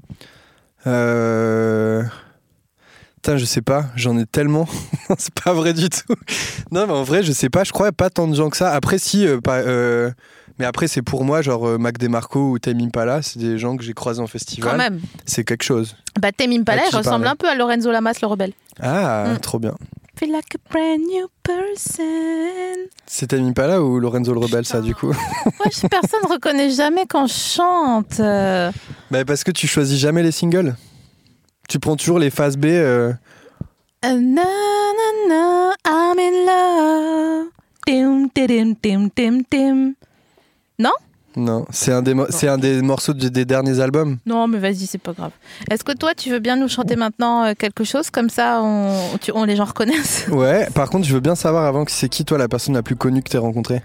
Speaker 3: Putain, je sais pas, j'en ai tellement. C'est pas vrai du tout. Non, mais en vrai, je sais pas, je crois pas tant de gens que ça. Après, si, mais après, c'est pour moi, genre Mac DeMarco ou Tame Impala, c'est des gens que j'ai croisés en festival.
Speaker 2: Quand même.
Speaker 3: C'est quelque chose.
Speaker 2: Bah, Tame Impala, il ressemble un peu à Lorenzo Lamas, le rebelle.
Speaker 3: Ah, trop bien.
Speaker 2: Feel like a brand new person.
Speaker 3: C'est Tame Impala ou Lorenzo le rebelle, ça, du coup?
Speaker 2: Moi, personne ne reconnaît jamais quand je chante.
Speaker 3: Bah, parce que tu choisis jamais les singles. Tu prends toujours les phases B.
Speaker 2: Na, na, na, I'm in love. Dim, dim, dim, dim, dim. Non?
Speaker 3: Non, c'est un des morceaux des derniers albums.
Speaker 2: Non, mais vas-y, c'est pas grave. Est-ce que toi, tu veux bien nous chanter maintenant quelque chose? Comme ça, on les gens reconnaissent.
Speaker 3: Ouais, par contre, je veux bien savoir avant que c'est qui, toi, la personne la plus connue que t'aies rencontrée?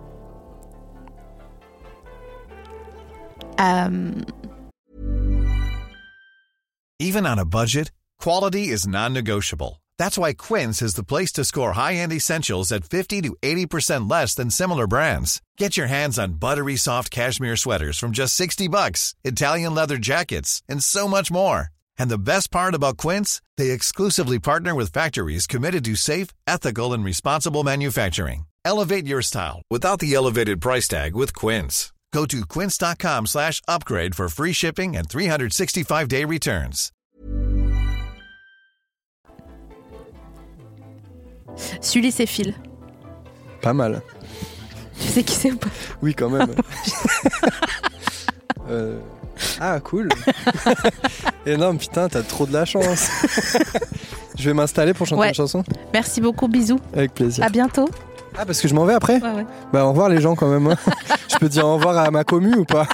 Speaker 4: Even on a budget, quality is non-negotiable. That's why Quince is the place to score high-end essentials at 50 to 80% less than similar brands. Get your hands on buttery soft cashmere sweaters from just $60, Italian leather jackets, and so much more. And the best part about Quince, they exclusively partner with factories committed to safe, ethical, and responsible manufacturing. Elevate your style without the elevated price tag with Quince. Go to quince.com/upgrade for free shipping and 365-day returns.
Speaker 2: Sully et Phil.
Speaker 3: Pas mal.
Speaker 2: Tu sais qui c'est ou pas?
Speaker 3: Oui, quand même. Ah, cool. Énorme, putain, t'as trop de la chance. Je vais m'installer pour chanter une chanson.
Speaker 2: Merci beaucoup, bisous.
Speaker 3: Avec plaisir.
Speaker 2: À bientôt.
Speaker 3: Ah, parce que je m'en vais après?
Speaker 2: Ouais.
Speaker 3: Bah, au revoir les gens quand même. Hein. Je peux dire au revoir à ma commu ou pas?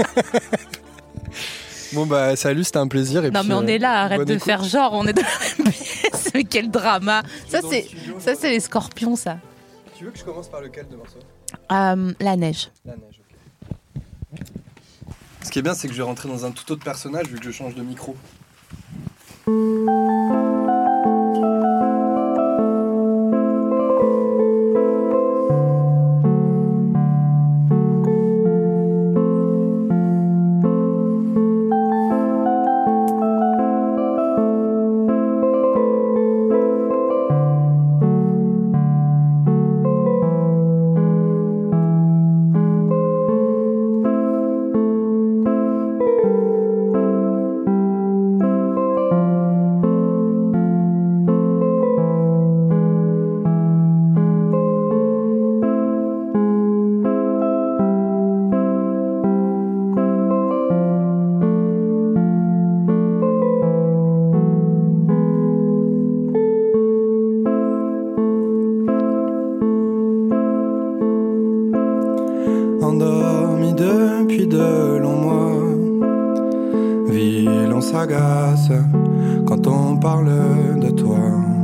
Speaker 3: Bon, bah, salut, c'était un plaisir. Et
Speaker 2: non,
Speaker 3: puis,
Speaker 2: mais on est là, arrête de
Speaker 3: écoute.
Speaker 2: faire genre, on est dans la même pièce. Mais quel drama. Ça, c'est les scorpions, ça.
Speaker 3: Tu veux que je commence par lequel de morceau?
Speaker 2: La neige.
Speaker 3: La neige, ok. Ce qui est bien, c'est que je vais rentrer dans un tout autre personnage vu que je change de micro.
Speaker 5: s'agace quand on parle de toi.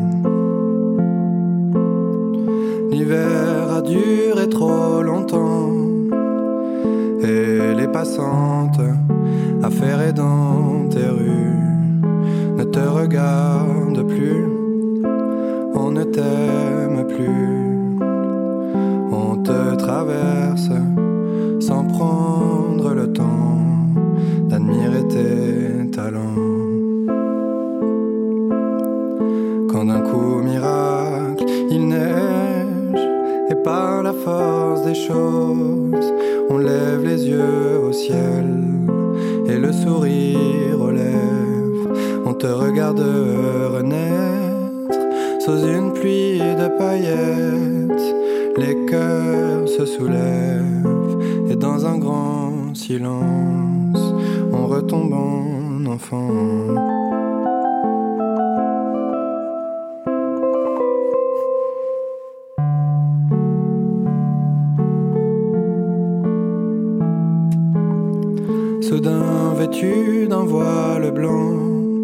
Speaker 5: L'hiver a duré trop longtemps et les passantes affairées dans tes rues ne te regardent plus, on ne t'aime plus, on te traverse sans prendre le temps d'admirer tes talents. Quand d'un coup miracle il neige et par la force des choses on lève les yeux au ciel et le sourire aux lèvres, on te regarde renaître sous une pluie de paillettes, les cœurs se soulèvent et dans un grand silence on retombe en enfant. Soudain vêtu d'un voile blanc,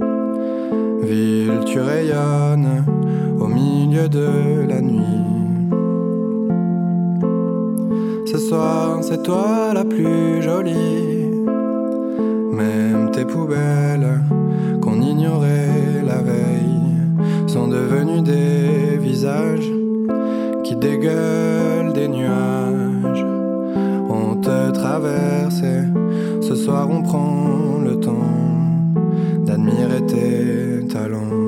Speaker 5: ville tu rayonnes au milieu de la nuit. Ce soir c'est toi la plus jolie, même tes poubelles qu'on ignorait la veille sont devenues des visages qui dégueulent des nuages. On te traverse et ce soir on prend le temps d'admirer tes talents.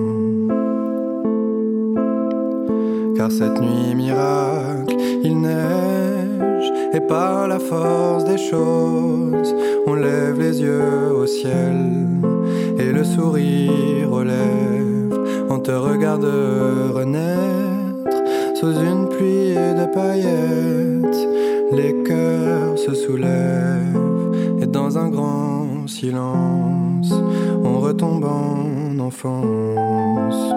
Speaker 5: Car cette nuit miracle, il neige et par la force des choses, on lève les yeux au ciel et le sourire aux lèvres. On te regarde renaître sous une pluie de paillettes, les cœurs se soulèvent et dans un grand silence, on retombe en enfance.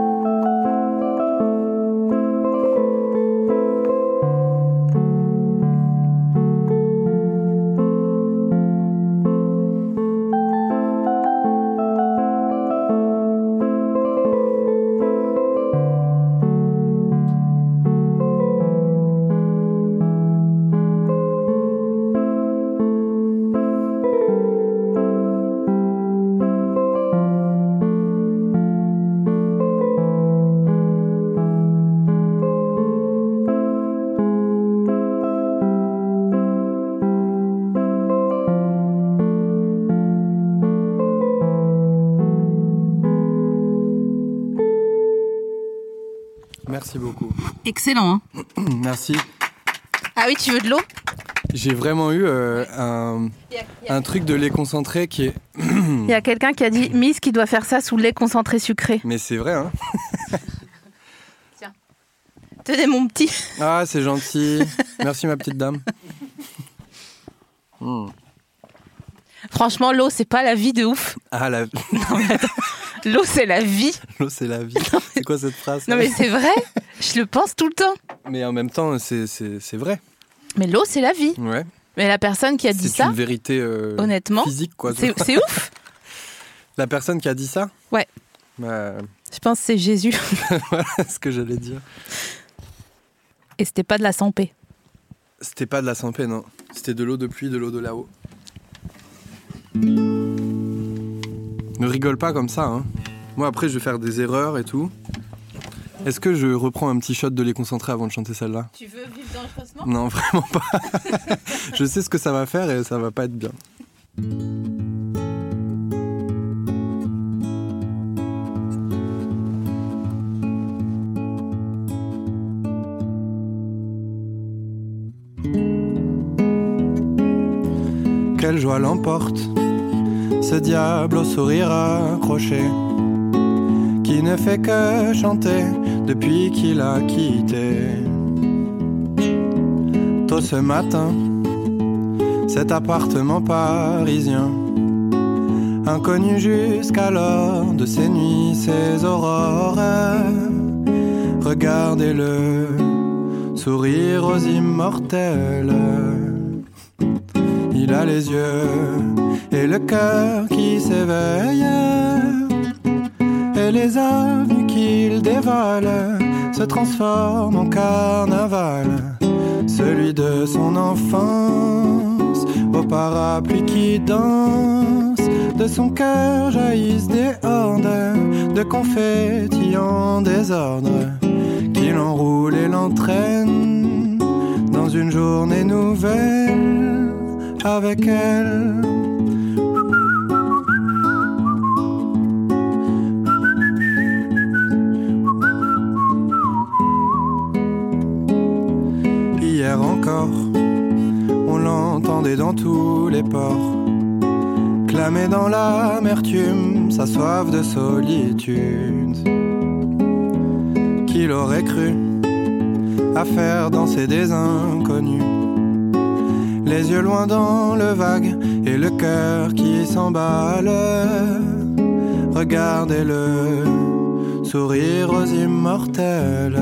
Speaker 5: Merci beaucoup.
Speaker 2: Excellent. Hein.
Speaker 5: Merci.
Speaker 2: Ah oui, tu veux de l'eau ?
Speaker 5: J'ai vraiment eu un truc de lait concentré qui est...
Speaker 2: Il y a quelqu'un qui a dit « Miss qui doit faire ça sous lait concentré sucré ».
Speaker 5: Mais c'est vrai, hein.
Speaker 2: Tiens. Tenez mon petit.
Speaker 5: Ah, c'est gentil. Merci ma petite dame.
Speaker 2: Franchement, l'eau, c'est pas la vie de ouf.
Speaker 5: Ah, la...
Speaker 2: Non, mais attends. L'eau, c'est la vie.
Speaker 5: L'eau, c'est la vie. C'est quoi cette phrase ?
Speaker 2: Non, mais c'est vrai. Je le pense tout le temps.
Speaker 5: Mais en même temps, c'est vrai.
Speaker 2: Mais l'eau, c'est la vie.
Speaker 5: Ouais.
Speaker 2: Mais la personne qui a dit ça...
Speaker 5: C'est une vérité
Speaker 2: honnêtement,
Speaker 5: physique, quoi.
Speaker 2: C'est ouf.
Speaker 5: La personne qui a dit ça ?
Speaker 2: Ouais. Je pense que c'est Jésus.
Speaker 5: Voilà ce que j'allais dire.
Speaker 2: Et c'était pas de la Sampé.
Speaker 5: C'était pas de la Sampé, non. C'était de l'eau de pluie, de l'eau de là-haut. Ne rigole pas comme ça, hein. Moi, après, je vais faire des erreurs et tout. Est-ce que je reprends un petit shot de lait concentré avant de chanter celle-là ?
Speaker 2: Tu veux vivre dangereusement ?
Speaker 5: Non, vraiment pas. Je sais ce que ça va faire et ça va pas être bien. Quelle joie l'emporte, ce diable au sourire accroché, qui ne fait que chanter depuis qu'il a quitté. Tôt ce matin, cet appartement parisien, inconnu jusqu'alors de ses nuits, ses aurores. Regardez-le, sourire aux immortels. Il a les yeux et le cœur qui s'éveille, et les avenues qu'il dévale se transforment en carnaval, celui de son enfance, au parapluie qui danse. De son cœur jaillissent des hordes de confettis en désordre, qui l'enroule et l'entraîne dans une journée nouvelle avec elle. Hier encore, on l'entendait dans tous les ports, clamer dans l'amertume sa soif de solitude. Qui l'aurait cru à faire danser des inconnus, les yeux loin dans le vague et le cœur qui s'emballe. Regardez-le, sourire aux immortels.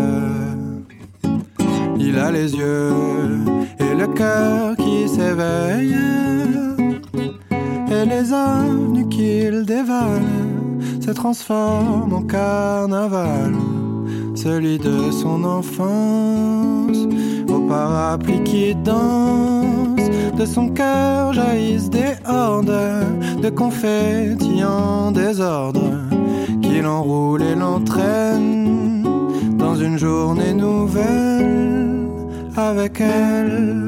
Speaker 5: Il a les yeux et le cœur qui s'éveille, et les avenues qu'il dévale se transforment en carnaval, celui de son enfance, au parapluie qui danse. De son cœur jaillissent des hordes de confettis en désordre, qui l'enroule et l'entraîne dans une journée nouvelle avec elle.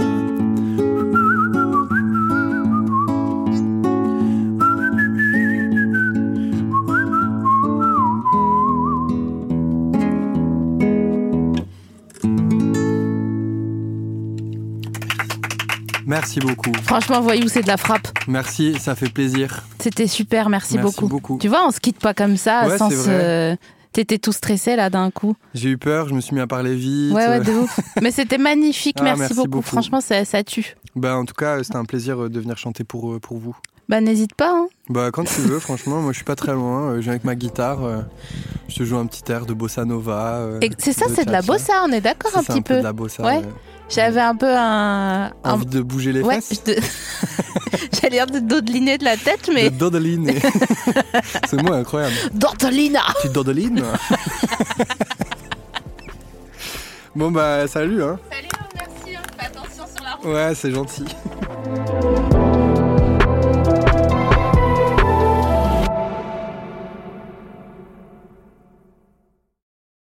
Speaker 5: Merci beaucoup.
Speaker 2: Franchement, voyou, c'est de la frappe.
Speaker 5: Merci, ça fait plaisir.
Speaker 2: C'était super, merci beaucoup. Tu vois, on se quitte pas comme ça,
Speaker 5: ouais,
Speaker 2: sans se... T'étais tout stressé là d'un coup.
Speaker 5: J'ai eu peur, je me suis mis à parler vite.
Speaker 2: Ouais, de ouf. Mais c'était magnifique, merci beaucoup. Franchement, ça tue.
Speaker 5: En tout cas, c'était un plaisir de venir chanter pour vous.
Speaker 2: N'hésite pas. Hein.
Speaker 5: Quand tu veux, franchement, moi je suis pas très loin. Je viens avec ma guitare, je te joue un petit air de bossa nova.
Speaker 2: Et c'est ça, c'est de la bossa, on est d'accord un petit peu.
Speaker 5: C'est de la bossa.
Speaker 2: Ouais. J'avais un peu
Speaker 5: envie de bouger les fesses.
Speaker 2: J'allais dire de dodeliner de la tête, mais...
Speaker 5: De dodeliner. C'est le mot incroyable.
Speaker 2: Dodelina.
Speaker 5: Tu dodelines. Bon salut. Hein.
Speaker 2: Salut, merci. Fais attention sur la route.
Speaker 5: Ouais, c'est gentil.